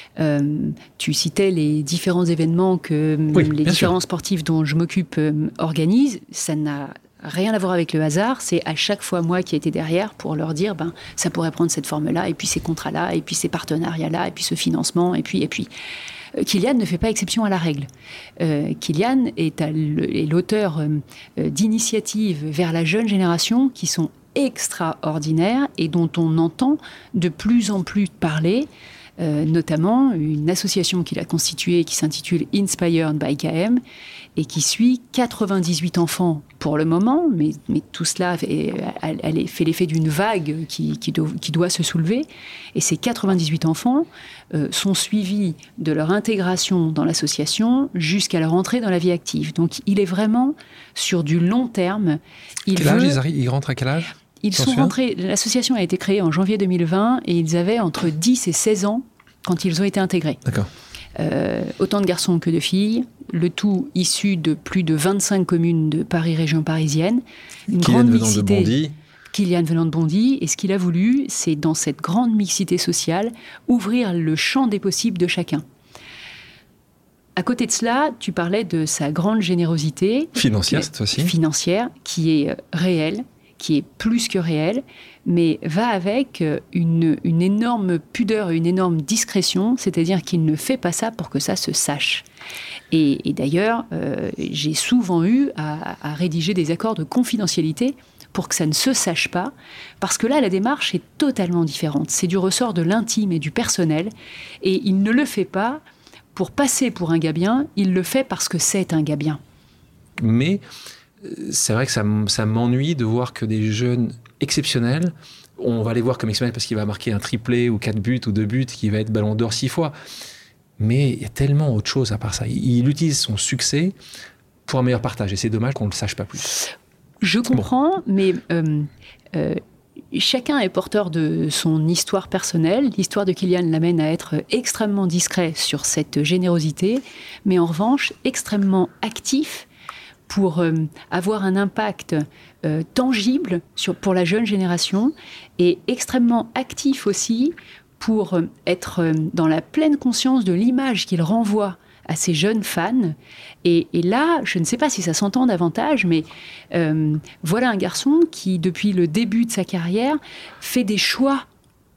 A: Tu citais les différents événements que les différents sportifs dont je m'occupe organisent. Ça n'a rien à voir avec le hasard. C'est à chaque fois moi qui ai été derrière pour leur dire ça pourrait prendre cette forme-là, et puis ces contrats-là, et puis ces partenariats-là, et puis ce financement, et puis. Kylian ne fait pas exception à la règle. Kylian est l'auteur d'initiatives vers la jeune génération qui sont extraordinaires et dont on entend de plus en plus parler, notamment une association qu'il a constituée qui s'intitule Inspired by KM et qui suit 98 enfants pour le moment, mais tout cela elle fait l'effet d'une vague qui doit se soulever. Et ces 98 enfants sont suivis de leur intégration dans l'association jusqu'à leur entrée dans la vie active. Donc il est vraiment sur du long terme.
B: Quel âge ils rentrent à quel âge?
A: Ils sont rentrés, l'association a été créée en janvier 2020 et ils avaient entre 10 et 16 ans quand ils ont été intégrés.
B: D'accord.
A: Autant de garçons que de filles, le tout issu de plus de 25 communes de Paris, région parisienne.
B: Kylian venant de Bondy.
A: Kylian venant de Bondy. Et ce qu'il a voulu, c'est dans cette grande mixité sociale, ouvrir le champ des possibles de chacun. À côté de cela, tu parlais de sa grande générosité.
B: Financière, cette fois-ci.
A: Financière, qui est réelle, qui est plus que réelle, mais va avec une énorme pudeur et une énorme discrétion, c'est-à-dire qu'il ne fait pas ça pour que ça se sache. Et d'ailleurs, j'ai souvent eu à rédiger des accords de confidentialité pour que ça ne se sache pas, parce que là, la démarche est totalement différente. C'est du ressort de l'intime et du personnel, et il ne le fait pas pour passer pour un gars bien, il le fait parce que c'est un gars bien.
B: Mais c'est vrai que ça m'ennuie de voir que des jeunes exceptionnels, on va les voir comme exceptionnels parce qu'il va marquer un triplé ou 4 buts ou 2 buts, qu'il va être ballon d'or 6 fois. Mais il y a tellement autre chose à part ça. Il utilise son succès pour un meilleur partage. Et c'est dommage qu'on ne le sache pas plus.
A: Je comprends, mais chacun est porteur de son histoire personnelle. L'histoire de Kylian l'amène à être extrêmement discret sur cette générosité, mais en revanche extrêmement actif pour avoir un impact tangible pour la jeune génération et extrêmement actif aussi pour être dans la pleine conscience de l'image qu'il renvoie à ses jeunes fans. Et là, je ne sais pas si ça s'entend davantage, mais voilà un garçon qui, depuis le début de sa carrière, fait des choix.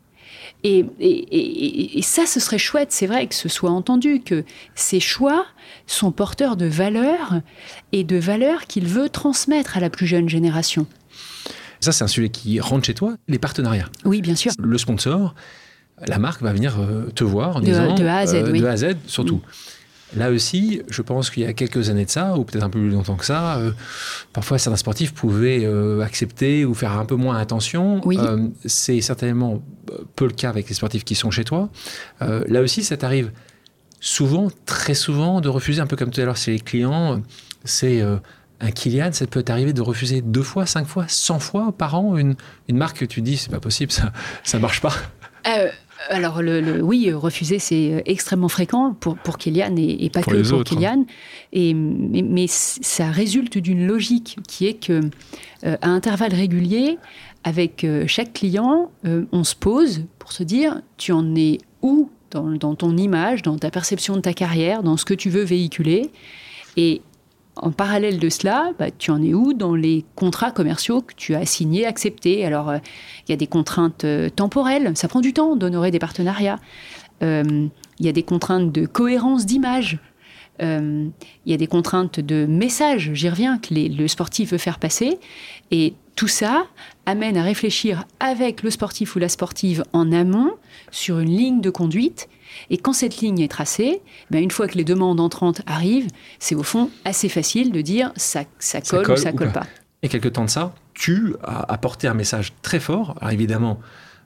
A: Et ça, ce serait chouette, c'est vrai, que ce soit entendu, que ces choix sont porteurs de valeurs et de valeurs qu'il veut transmettre à la plus jeune génération.
B: Ça, c'est un sujet qui rentre chez toi, les partenariats.
A: Oui, bien sûr.
B: Le sponsor, la marque va venir te voir en disant...
A: De A à Z, oui.
B: De A à Z, surtout. Là aussi, je pense qu'il y a quelques années de ça, ou peut-être un peu plus longtemps que ça, parfois certains sportifs pouvaient accepter ou faire un peu moins attention.
A: Oui.
B: C'est certainement peu le cas avec les sportifs qui sont chez toi. Là aussi, ça t'arrive souvent, très souvent, de refuser, un peu comme tout à l'heure, c'est les clients, c'est un Kylian, ça peut t'arriver de refuser 2 fois, 5 fois, 100 fois par an une marque que tu dis, c'est pas possible, ça marche pas.
A: Alors, oui, refuser, c'est extrêmement fréquent pour Kylian et pas
B: pour
A: que
B: les
A: pour
B: autres,
A: Kylian. Mais ça résulte d'une logique qui est que, à intervalles réguliers, avec chaque client, on se pose pour se dire, tu en es où dans ton image, dans ta perception de ta carrière, dans ce que tu veux véhiculer. Et en parallèle de cela, tu en es où dans les contrats commerciaux que tu as signés, acceptés? Alors, il y a des contraintes temporelles. Ça prend du temps d'honorer des partenariats. Il y a des contraintes de cohérence d'image. Il y a des contraintes de message, j'y reviens, que le sportif veut faire passer. Et tout ça amène à réfléchir avec le sportif ou la sportive en amont sur une ligne de conduite. Et quand cette ligne est tracée, une fois que les demandes entrantes arrivent, c'est au fond assez facile de dire ça colle ou ça colle pas.
B: Et quelque temps de ça, tu as apporté un message très fort. Alors évidemment,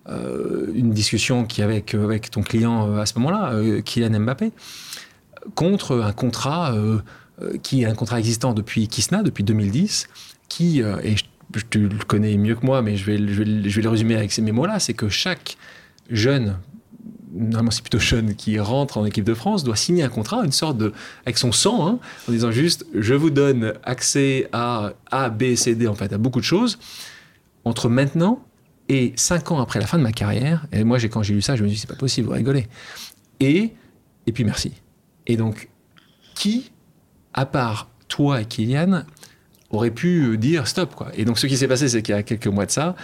B: une discussion qui avec ton client à ce moment-là, Kylian Mbappé, contre un contrat qui est un contrat existant depuis Kissna, depuis 2010, qui, et tu le connais mieux que moi, mais je vais le résumer avec ces mots-là, c'est que chaque jeune, normalement c'est plutôt jeune, qui rentre en équipe de France, doit signer un contrat, une sorte de, avec son sang, en disant juste, je vous donne accès à A, B, C, D, en fait, à beaucoup de choses, entre maintenant et 5 ans après la fin de ma carrière. Et moi, quand j'ai lu ça, je me suis dit, c'est pas possible, vous rigolez. Et puis merci. Et donc, qui, à part toi et Kylian, aurait pu dire stop, quoi. Et donc, ce qui s'est passé, c'est qu'il y a quelques mois de ça,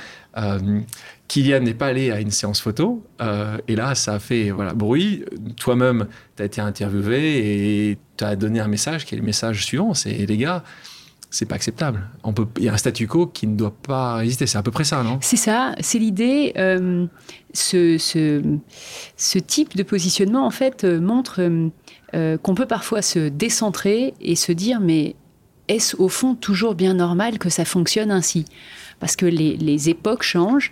B: Kylian n'est pas allé à une séance photo, et là, ça a fait bruit. Toi-même, tu as été interviewé et tu as donné un message qui est le message suivant, c'est les gars, c'est pas acceptable. Il y a un statu quo qui ne doit pas exister. C'est à peu près ça, non? C'est
A: ça, c'est l'idée. Ce type de positionnement, en fait, montre qu'on peut parfois se décentrer et se dire, mais est-ce au fond toujours bien normal que ça fonctionne ainsi? Parce que les époques changent,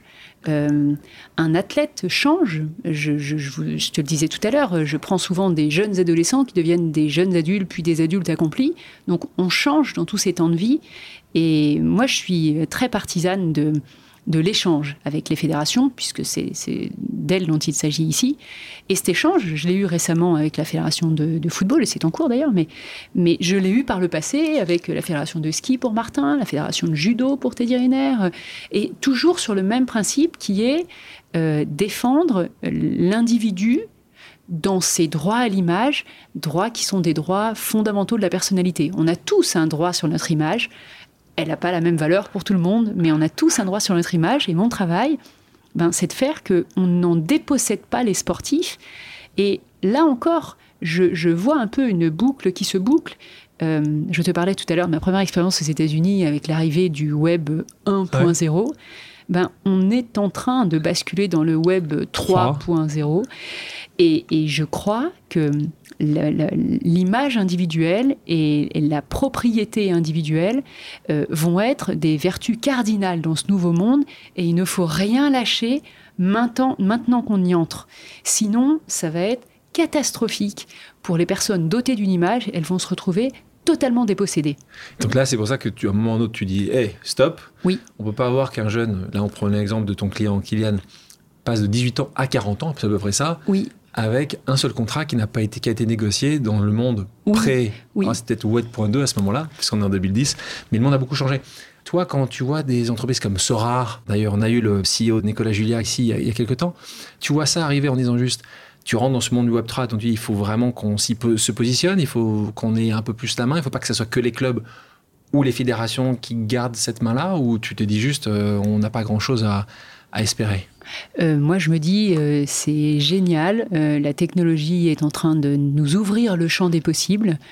A: un athlète change. Je te le disais tout à l'heure, je prends souvent des jeunes adolescents qui deviennent des jeunes adultes, puis des adultes accomplis. Donc on change dans tous ces temps de vie. Et moi, je suis très partisane de l'échange avec les fédérations, puisque c'est d'elles dont il s'agit ici. Et cet échange, je l'ai eu récemment avec la fédération de football, et c'est en cours d'ailleurs, mais je l'ai eu par le passé avec la fédération de ski pour Martin, la fédération de judo pour Teddy Riner, et toujours sur le même principe qui est défendre l'individu dans ses droits à l'image, droits qui sont des droits fondamentaux de la personnalité. On a tous un droit sur notre image. Elle n'a pas la même valeur pour tout le monde, mais on a tous un droit sur notre image. Et mon travail, c'est de faire qu'on n'en dépossède pas les sportifs. Et là encore, je vois un peu une boucle qui se boucle. Je te parlais tout à l'heure de ma première expérience aux États-Unis avec l'arrivée du Web 1.0. On est en train de basculer dans le Web 3.0. Et je crois que l'image individuelle et la propriété individuelle vont être des vertus cardinales dans ce nouveau monde, et il ne faut rien lâcher maintenant qu'on y entre. Sinon, ça va être catastrophique pour les personnes dotées d'une image. Elles vont se retrouver totalement dépossédées. Donc
B: là, c'est pour ça que à un moment ou un autre, tu dis hey, stop.
A: Oui.
B: On ne peut pas avoir qu'un jeune, là on prend l'exemple de ton client Kylian, passe de 18 ans à 40 ans, c'est à peu près ça.
A: Oui.
B: Avec un seul contrat qui a été négocié dans le monde pré...
A: Oui.
B: C'était peut-être Web.2 à ce moment-là, puisqu'on est en 2010, mais le monde a beaucoup changé. Toi, quand tu vois des entreprises comme Sorar, d'ailleurs on a eu le CEO Nicolas Julia ici il y a quelques temps, tu vois ça arriver en disant juste, tu rentres dans ce monde du Web3, donc il faut vraiment qu'on se positionne, il faut qu'on ait un peu plus la main, il ne faut pas que ce soit que les clubs ou les fédérations qui gardent cette main-là, ou tu te dis juste, on n'a pas grand-chose à espérer?
A: Moi, je me dis, c'est génial. La technologie est en train de nous ouvrir le champ des possibles.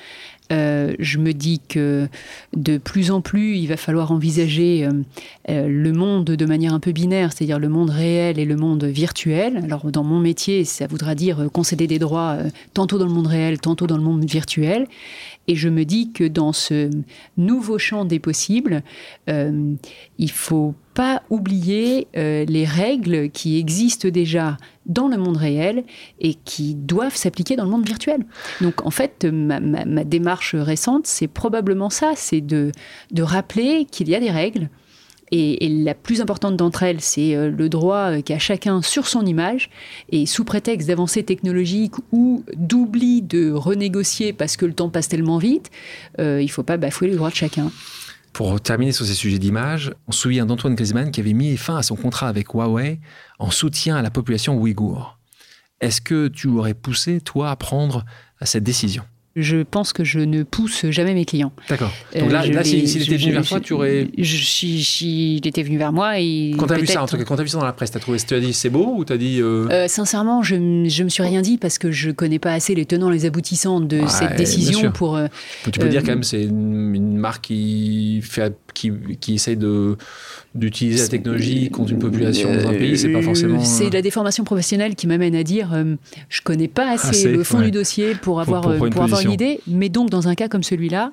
A: Je me dis que de plus en plus, il va falloir envisager le monde de manière un peu binaire, c'est-à-dire le monde réel et le monde virtuel. Alors, dans mon métier, ça voudra dire concéder des droits tantôt dans le monde réel, tantôt dans le monde virtuel. Et je me dis que dans ce nouveau champ des possibles, il faut pas oublier les règles qui existent déjà dans le monde réel et qui doivent s'appliquer dans le monde virtuel. Donc, en fait, ma démarche récente, c'est probablement ça, c'est de rappeler qu'il y a des règles. Et la plus importante d'entre elles, c'est le droit qu'a chacun sur son image. Et sous prétexte d'avancées technologiques ou d'oubli de renégocier parce que le temps passe tellement vite, il ne faut pas bafouer les droits de chacun.
B: Pour terminer sur ces sujets d'image, on se souvient d'Antoine Griezmann qui avait mis fin à son contrat avec Huawei en soutien à la population ouïghour. Est-ce que tu aurais poussé, toi, à prendre cette décision ?
A: Je pense que je ne pousse jamais mes clients.
B: D'accord. Donc s'il était venu vers toi, tu aurais...
A: S'il était venu vers moi...
B: Quand tu as vu ça, en tout cas, quand tu as vu ça dans la presse, tu as dit c'est beau ou tu as dit...
A: Sincèrement, je ne me suis rien dit parce que je ne connais pas assez les tenants, les aboutissants de cette décision pour...
B: tu peux dire quand même que c'est une marque qui essaye d'utiliser la technologie contre une population dans un pays, c'est pas forcément...
A: C'est la déformation professionnelle qui m'amène à dire je ne connais pas assez le fond du dossier pour avoir une idée, mais donc dans un cas comme celui-là,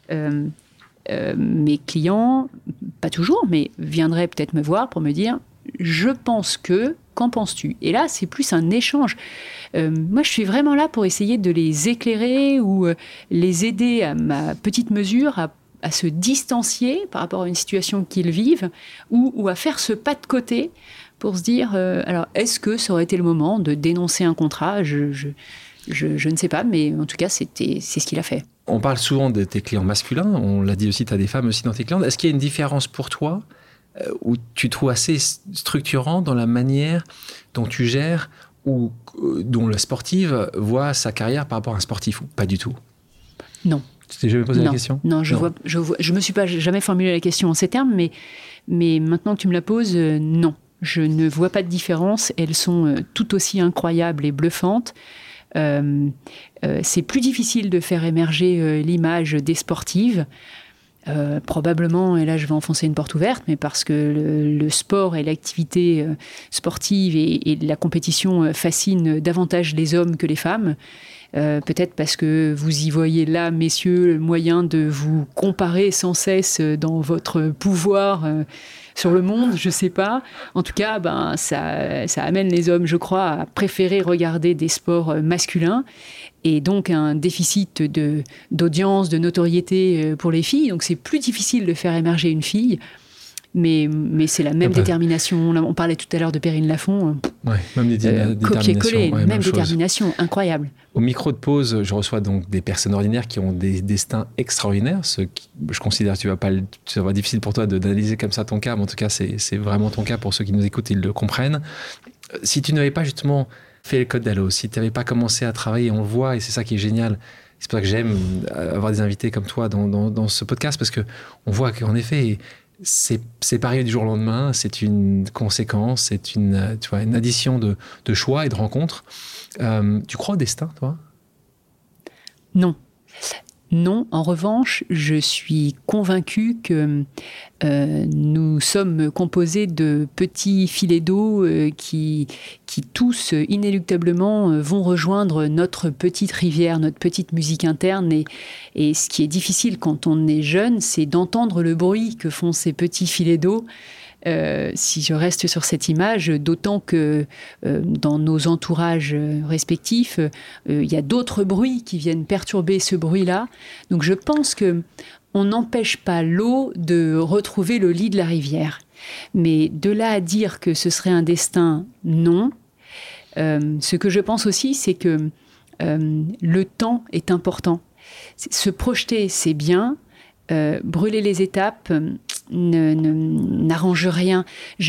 A: mes clients, pas toujours, mais viendraient peut-être me voir pour me dire je pense que, qu'en penses-tu ? Et là, c'est plus un échange. Moi, je suis vraiment là pour essayer de les éclairer ou les aider à ma petite mesure à se distancier par rapport à une situation qu'ils vivent ou à faire ce pas de côté pour se dire alors, est-ce que ça aurait été le moment de dénoncer un contrat ? Je ne sais pas, mais en tout cas, c'est ce qu'il a fait.
B: On parle souvent de tes clients masculins, on l'a dit aussi, tu as des femmes aussi dans tes clients. Est-ce qu'il y a une différence pour toi où tu trouves assez structurant dans la manière dont tu gères ou dont la sportive voit sa carrière par rapport à un sportif ou pas du tout ?
A: Non.
B: Tu t'es jamais posé la question ?
A: Non, je me suis pas jamais formulé la question en ces termes, mais maintenant que tu me la poses, non. Je ne vois pas de différence. Elles sont tout aussi incroyables et bluffantes. C'est plus difficile de faire émerger l'image des sportives. Probablement, et là je vais enfoncer une porte ouverte, mais parce que le sport et l'activité sportive et la compétition fascinent davantage les hommes que les femmes. Peut-être parce que vous y voyez là, messieurs, le moyen de vous comparer sans cesse dans votre pouvoir sur le monde, je ne sais pas. En tout cas, ça amène les hommes, je crois, à préférer regarder des sports masculins et donc un déficit d'audience, de notoriété pour les filles. Donc c'est plus difficile de faire émerger une fille. Mais c'est la même détermination. On parlait tout à l'heure de Perrine Lafont.
B: Même
A: copier-coller, même détermination, incroyable.
B: Au micro de pause, je reçois donc des personnes ordinaires qui ont des destins extraordinaires. Je considère que ça va être difficile pour toi d'analyser comme ça ton cas, mais en tout cas, c'est vraiment ton cas pour ceux qui nous écoutent, ils le comprennent. Si tu n'avais pas justement fait le code d'Allo, si tu n'avais pas commencé à travailler, on le voit, et c'est ça qui est génial. C'est pour ça que j'aime avoir des invités comme toi dans ce podcast, parce qu'on voit qu'en effet... C'est pareil du jour au lendemain, c'est une conséquence, c'est une addition de choix et de rencontres. Tu crois au destin, toi ?
A: Non. Non, en revanche, je suis convaincue que nous sommes composés de petits filets d'eau qui tous, inéluctablement, vont rejoindre notre petite rivière, notre petite musique interne. Et ce qui est difficile quand on est jeune, c'est d'entendre le bruit que font ces petits filets d'eau. Si je reste sur cette image, d'autant que dans nos entourages respectifs, il y a d'autres bruits qui viennent perturber ce bruit-là. Donc je pense qu'on n'empêche pas l'eau de retrouver le lit de la rivière. Mais de là à dire que ce serait un destin, non. Ce que je pense aussi, c'est que le temps est important. Se projeter, c'est bien. Brûler les étapes n'arrange rien.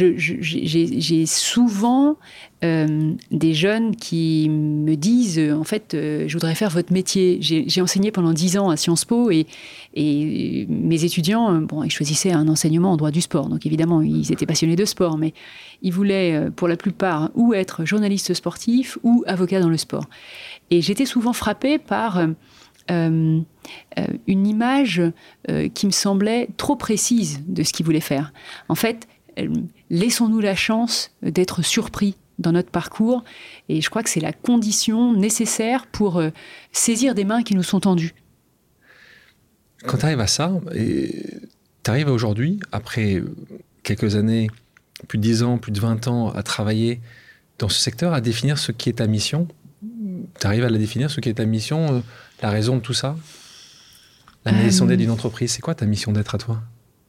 A: J'ai souvent des jeunes qui me disent en fait je voudrais faire votre métier. J'ai enseigné pendant 10 ans à Sciences Po et mes étudiants ils choisissaient un enseignement en droit du sport, donc évidemment ils étaient passionnés de sport, mais ils voulaient pour la plupart ou être journaliste sportif ou avocat dans le sport. Et j'étais souvent frappée par une image qui me semblait trop précise de ce qu'il voulait faire. En fait, laissons-nous la chance d'être surpris dans notre parcours, et je crois que c'est la condition nécessaire pour saisir des mains qui nous sont tendues.
B: Quand tu arrives à ça, tu arrives aujourd'hui, après quelques années, plus de 10 ans, plus de 20 ans à travailler dans ce secteur, à définir ce qui est ta mission. Tu arrives à la définir, ce qui est ta mission, la raison de tout ça? La raison d'être d'une entreprise, c'est quoi ta mission d'être à toi?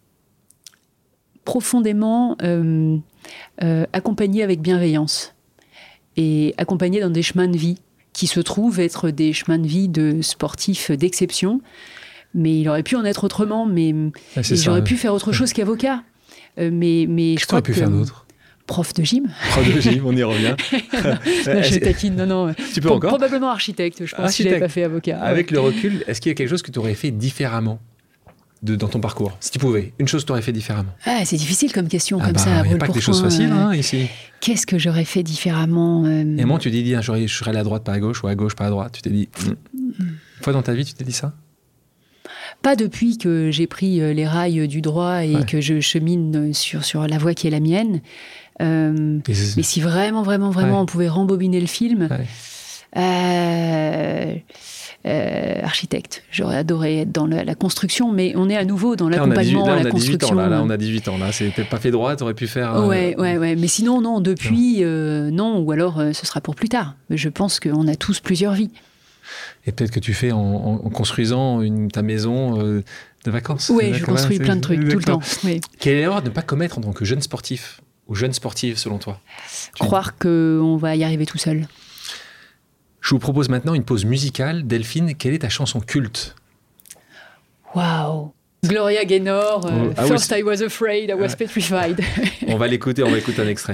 A: Profondément accompagné avec bienveillance et accompagné dans des chemins de vie qui se trouvent être des chemins de vie de sportifs d'exception. Mais il aurait pu en être autrement, mais j'aurais pu faire autre chose qu'avocat. Mais je crois que...
B: Qu'est-ce que tu aurais pu faire d'autre?
A: Prof de gym.
B: Prof de gym, on y revient.
A: Non, je taquine, non.
B: Tu peux encore?
A: Probablement architecte, je pense, si je n'avais pas fait avocat.
B: Avec le recul, est-ce qu'il y a quelque chose que tu aurais fait différemment dans ton parcours? Si tu pouvais, une chose que tu aurais fait différemment.
A: C'est difficile comme question, ça.
B: Il n'y a pas que des choses faciles, ici.
A: Qu'est-ce que j'aurais fait différemment
B: Et moi, tu t'es dit, je serais allé à droite, pas à gauche, ou à gauche, pas à droite. Tu t'es dit... Une fois dans ta vie, tu t'es dit ça?
A: Pas depuis que j'ai pris les rails du droit et que je chemine sur la voie qui est la mienne. Mais si vraiment on pouvait rembobiner le film, architecte. J'aurais adoré être dans la construction, mais on est à nouveau dans l'accompagnement à la construction.
B: Là, on a 18 ans. Là, c'était pas fait droit, t'aurais pu faire...
A: Ouais. Mais sinon, non, depuis, non. Ou alors, ce sera pour plus tard. Je pense qu'on a tous plusieurs vies.
B: Et peut-être que tu fais en construisant ta maison de vacances.
A: Oui, je construis plein de trucs tout le temps. Oui.
B: Quelle erreur de ne pas commettre en tant que jeune sportif ou jeune sportive, selon toi?
A: Croire qu'on va y arriver tout seul.
B: Je vous propose maintenant une pause musicale. Delphine, quelle est ta chanson culte?
A: Waouh! Gloria Gaynor, First I Was Afraid, I Was Petrified.
B: On va l'écouter, on va écouter un extrait.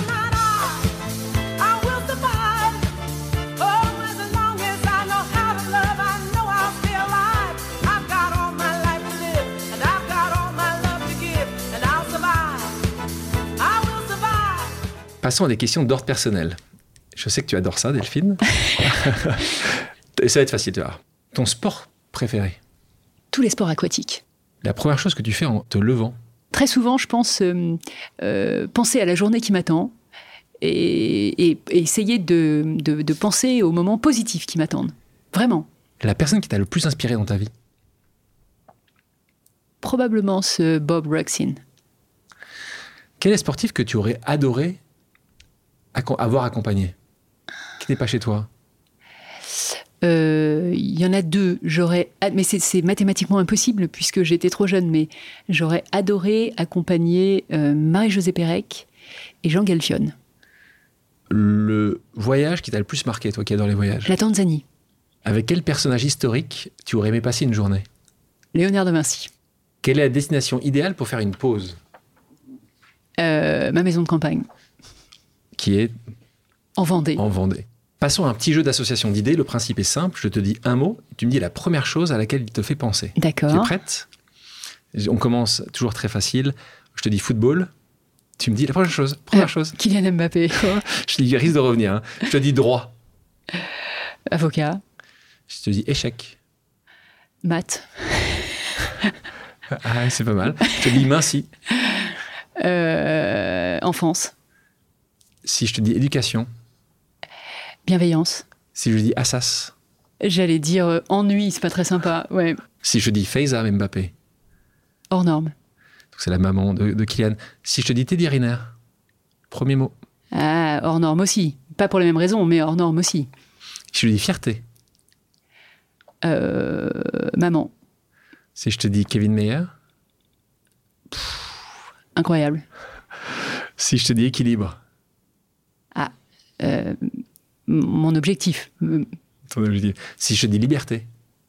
B: Passons à des questions d'ordre personnel. Je sais que tu adores ça, Delphine. Et ça va être facile, tu vois. Ton sport préféré?
A: Tous les sports aquatiques.
B: La première chose que tu fais en te levant?
A: Très souvent, je pense penser à la journée qui m'attend et essayer de penser aux moments positifs qui m'attendent. Vraiment.
B: La personne qui t'a le plus inspiré dans ta vie?
A: Probablement ce Bob Ruxin.
B: Quel est le sportif que tu aurais adoré avoir accompagné, qui n'est pas chez toi?
A: Il y en a deux. Mais c'est mathématiquement impossible puisque j'étais trop jeune, mais j'aurais adoré accompagner Marie-Josée Pérec et Jean Galfione.
B: Le voyage qui t'a le plus marqué, toi qui adores les voyages?
A: La Tanzanie.
B: Avec quel personnage historique tu aurais aimé passer une journée?
A: Léonard de Vinci.
B: Quelle est la destination idéale pour faire une pause?
A: Ma maison de campagne.
B: Qui est?
A: En Vendée.
B: En Vendée. Passons à un petit jeu d'association d'idées. Le principe est simple. Je te dis un mot. Et tu me dis la première chose à laquelle il te fait penser.
A: D'accord.
B: Tu es prête? On commence toujours très facile. Je te dis football. Tu me dis la première chose. Première chose.
A: Kylian Mbappé.
B: Je te dis, il risque de revenir. Hein. Je te dis droit.
A: Avocat.
B: Je te dis échec.
A: Maths.
B: C'est pas mal. Je te dis minci.
A: Enfance.
B: Si je te dis éducation.
A: Bienveillance.
B: Si je dis Assas.
A: J'allais dire ennui, c'est pas très sympa. Ouais.
B: Si je dis Faiza Mbappé.
A: Hors norme.
B: Donc c'est la maman de Kylian. Si je te dis Teddy Riner. Premier mot.
A: Hors norme aussi. Pas pour les mêmes raisons, mais hors norme aussi.
B: Si je te dis fierté.
A: Maman.
B: Si je te dis Kevin Mayer.
A: Incroyable.
B: Si je te dis équilibre.
A: Mon objectif.
B: Ton objectif. Si je te dis liberté.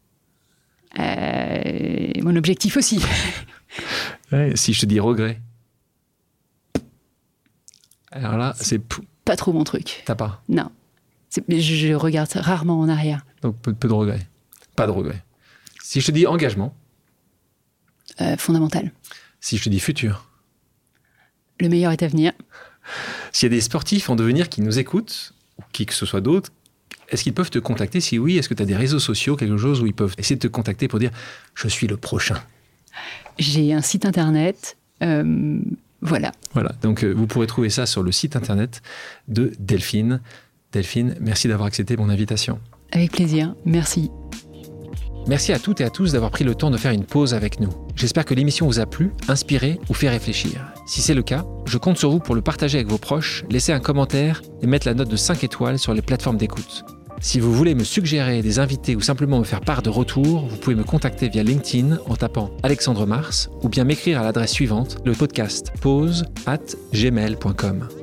A: Mon objectif aussi.
B: Ouais, si je te dis regret. Alors là, c'est...
A: Pas trop mon truc.
B: T'as pas?
A: Non. Je regarde rarement en arrière.
B: Donc peu de regrets. Pas de regrets. Si je te dis engagement.
A: Fondamental.
B: Si je te dis futur.
A: Le meilleur est à venir.
B: S'il y a des sportifs en devenir qui nous écoutent, ou qui que ce soit d'autres, est-ce qu'ils peuvent te contacter? Si oui, est-ce que tu as des réseaux sociaux, quelque chose où ils peuvent essayer de te contacter pour dire « je suis le prochain ».
A: J'ai un site internet, voilà.
B: Voilà, donc vous pourrez trouver ça sur le site internet de Delphine. Delphine, merci d'avoir accepté mon invitation.
A: Avec plaisir, merci.
B: Merci à toutes et à tous d'avoir pris le temps de faire une pause avec nous. J'espère que l'émission vous a plu, inspiré ou fait réfléchir. Si c'est le cas, je compte sur vous pour le partager avec vos proches, laisser un commentaire et mettre la note de 5 étoiles sur les plateformes d'écoute. Si vous voulez me suggérer des invités ou simplement me faire part de retours, vous pouvez me contacter via LinkedIn en tapant Alexandre Mars ou bien m'écrire à l'adresse suivante, le podcast pause@gmail.com.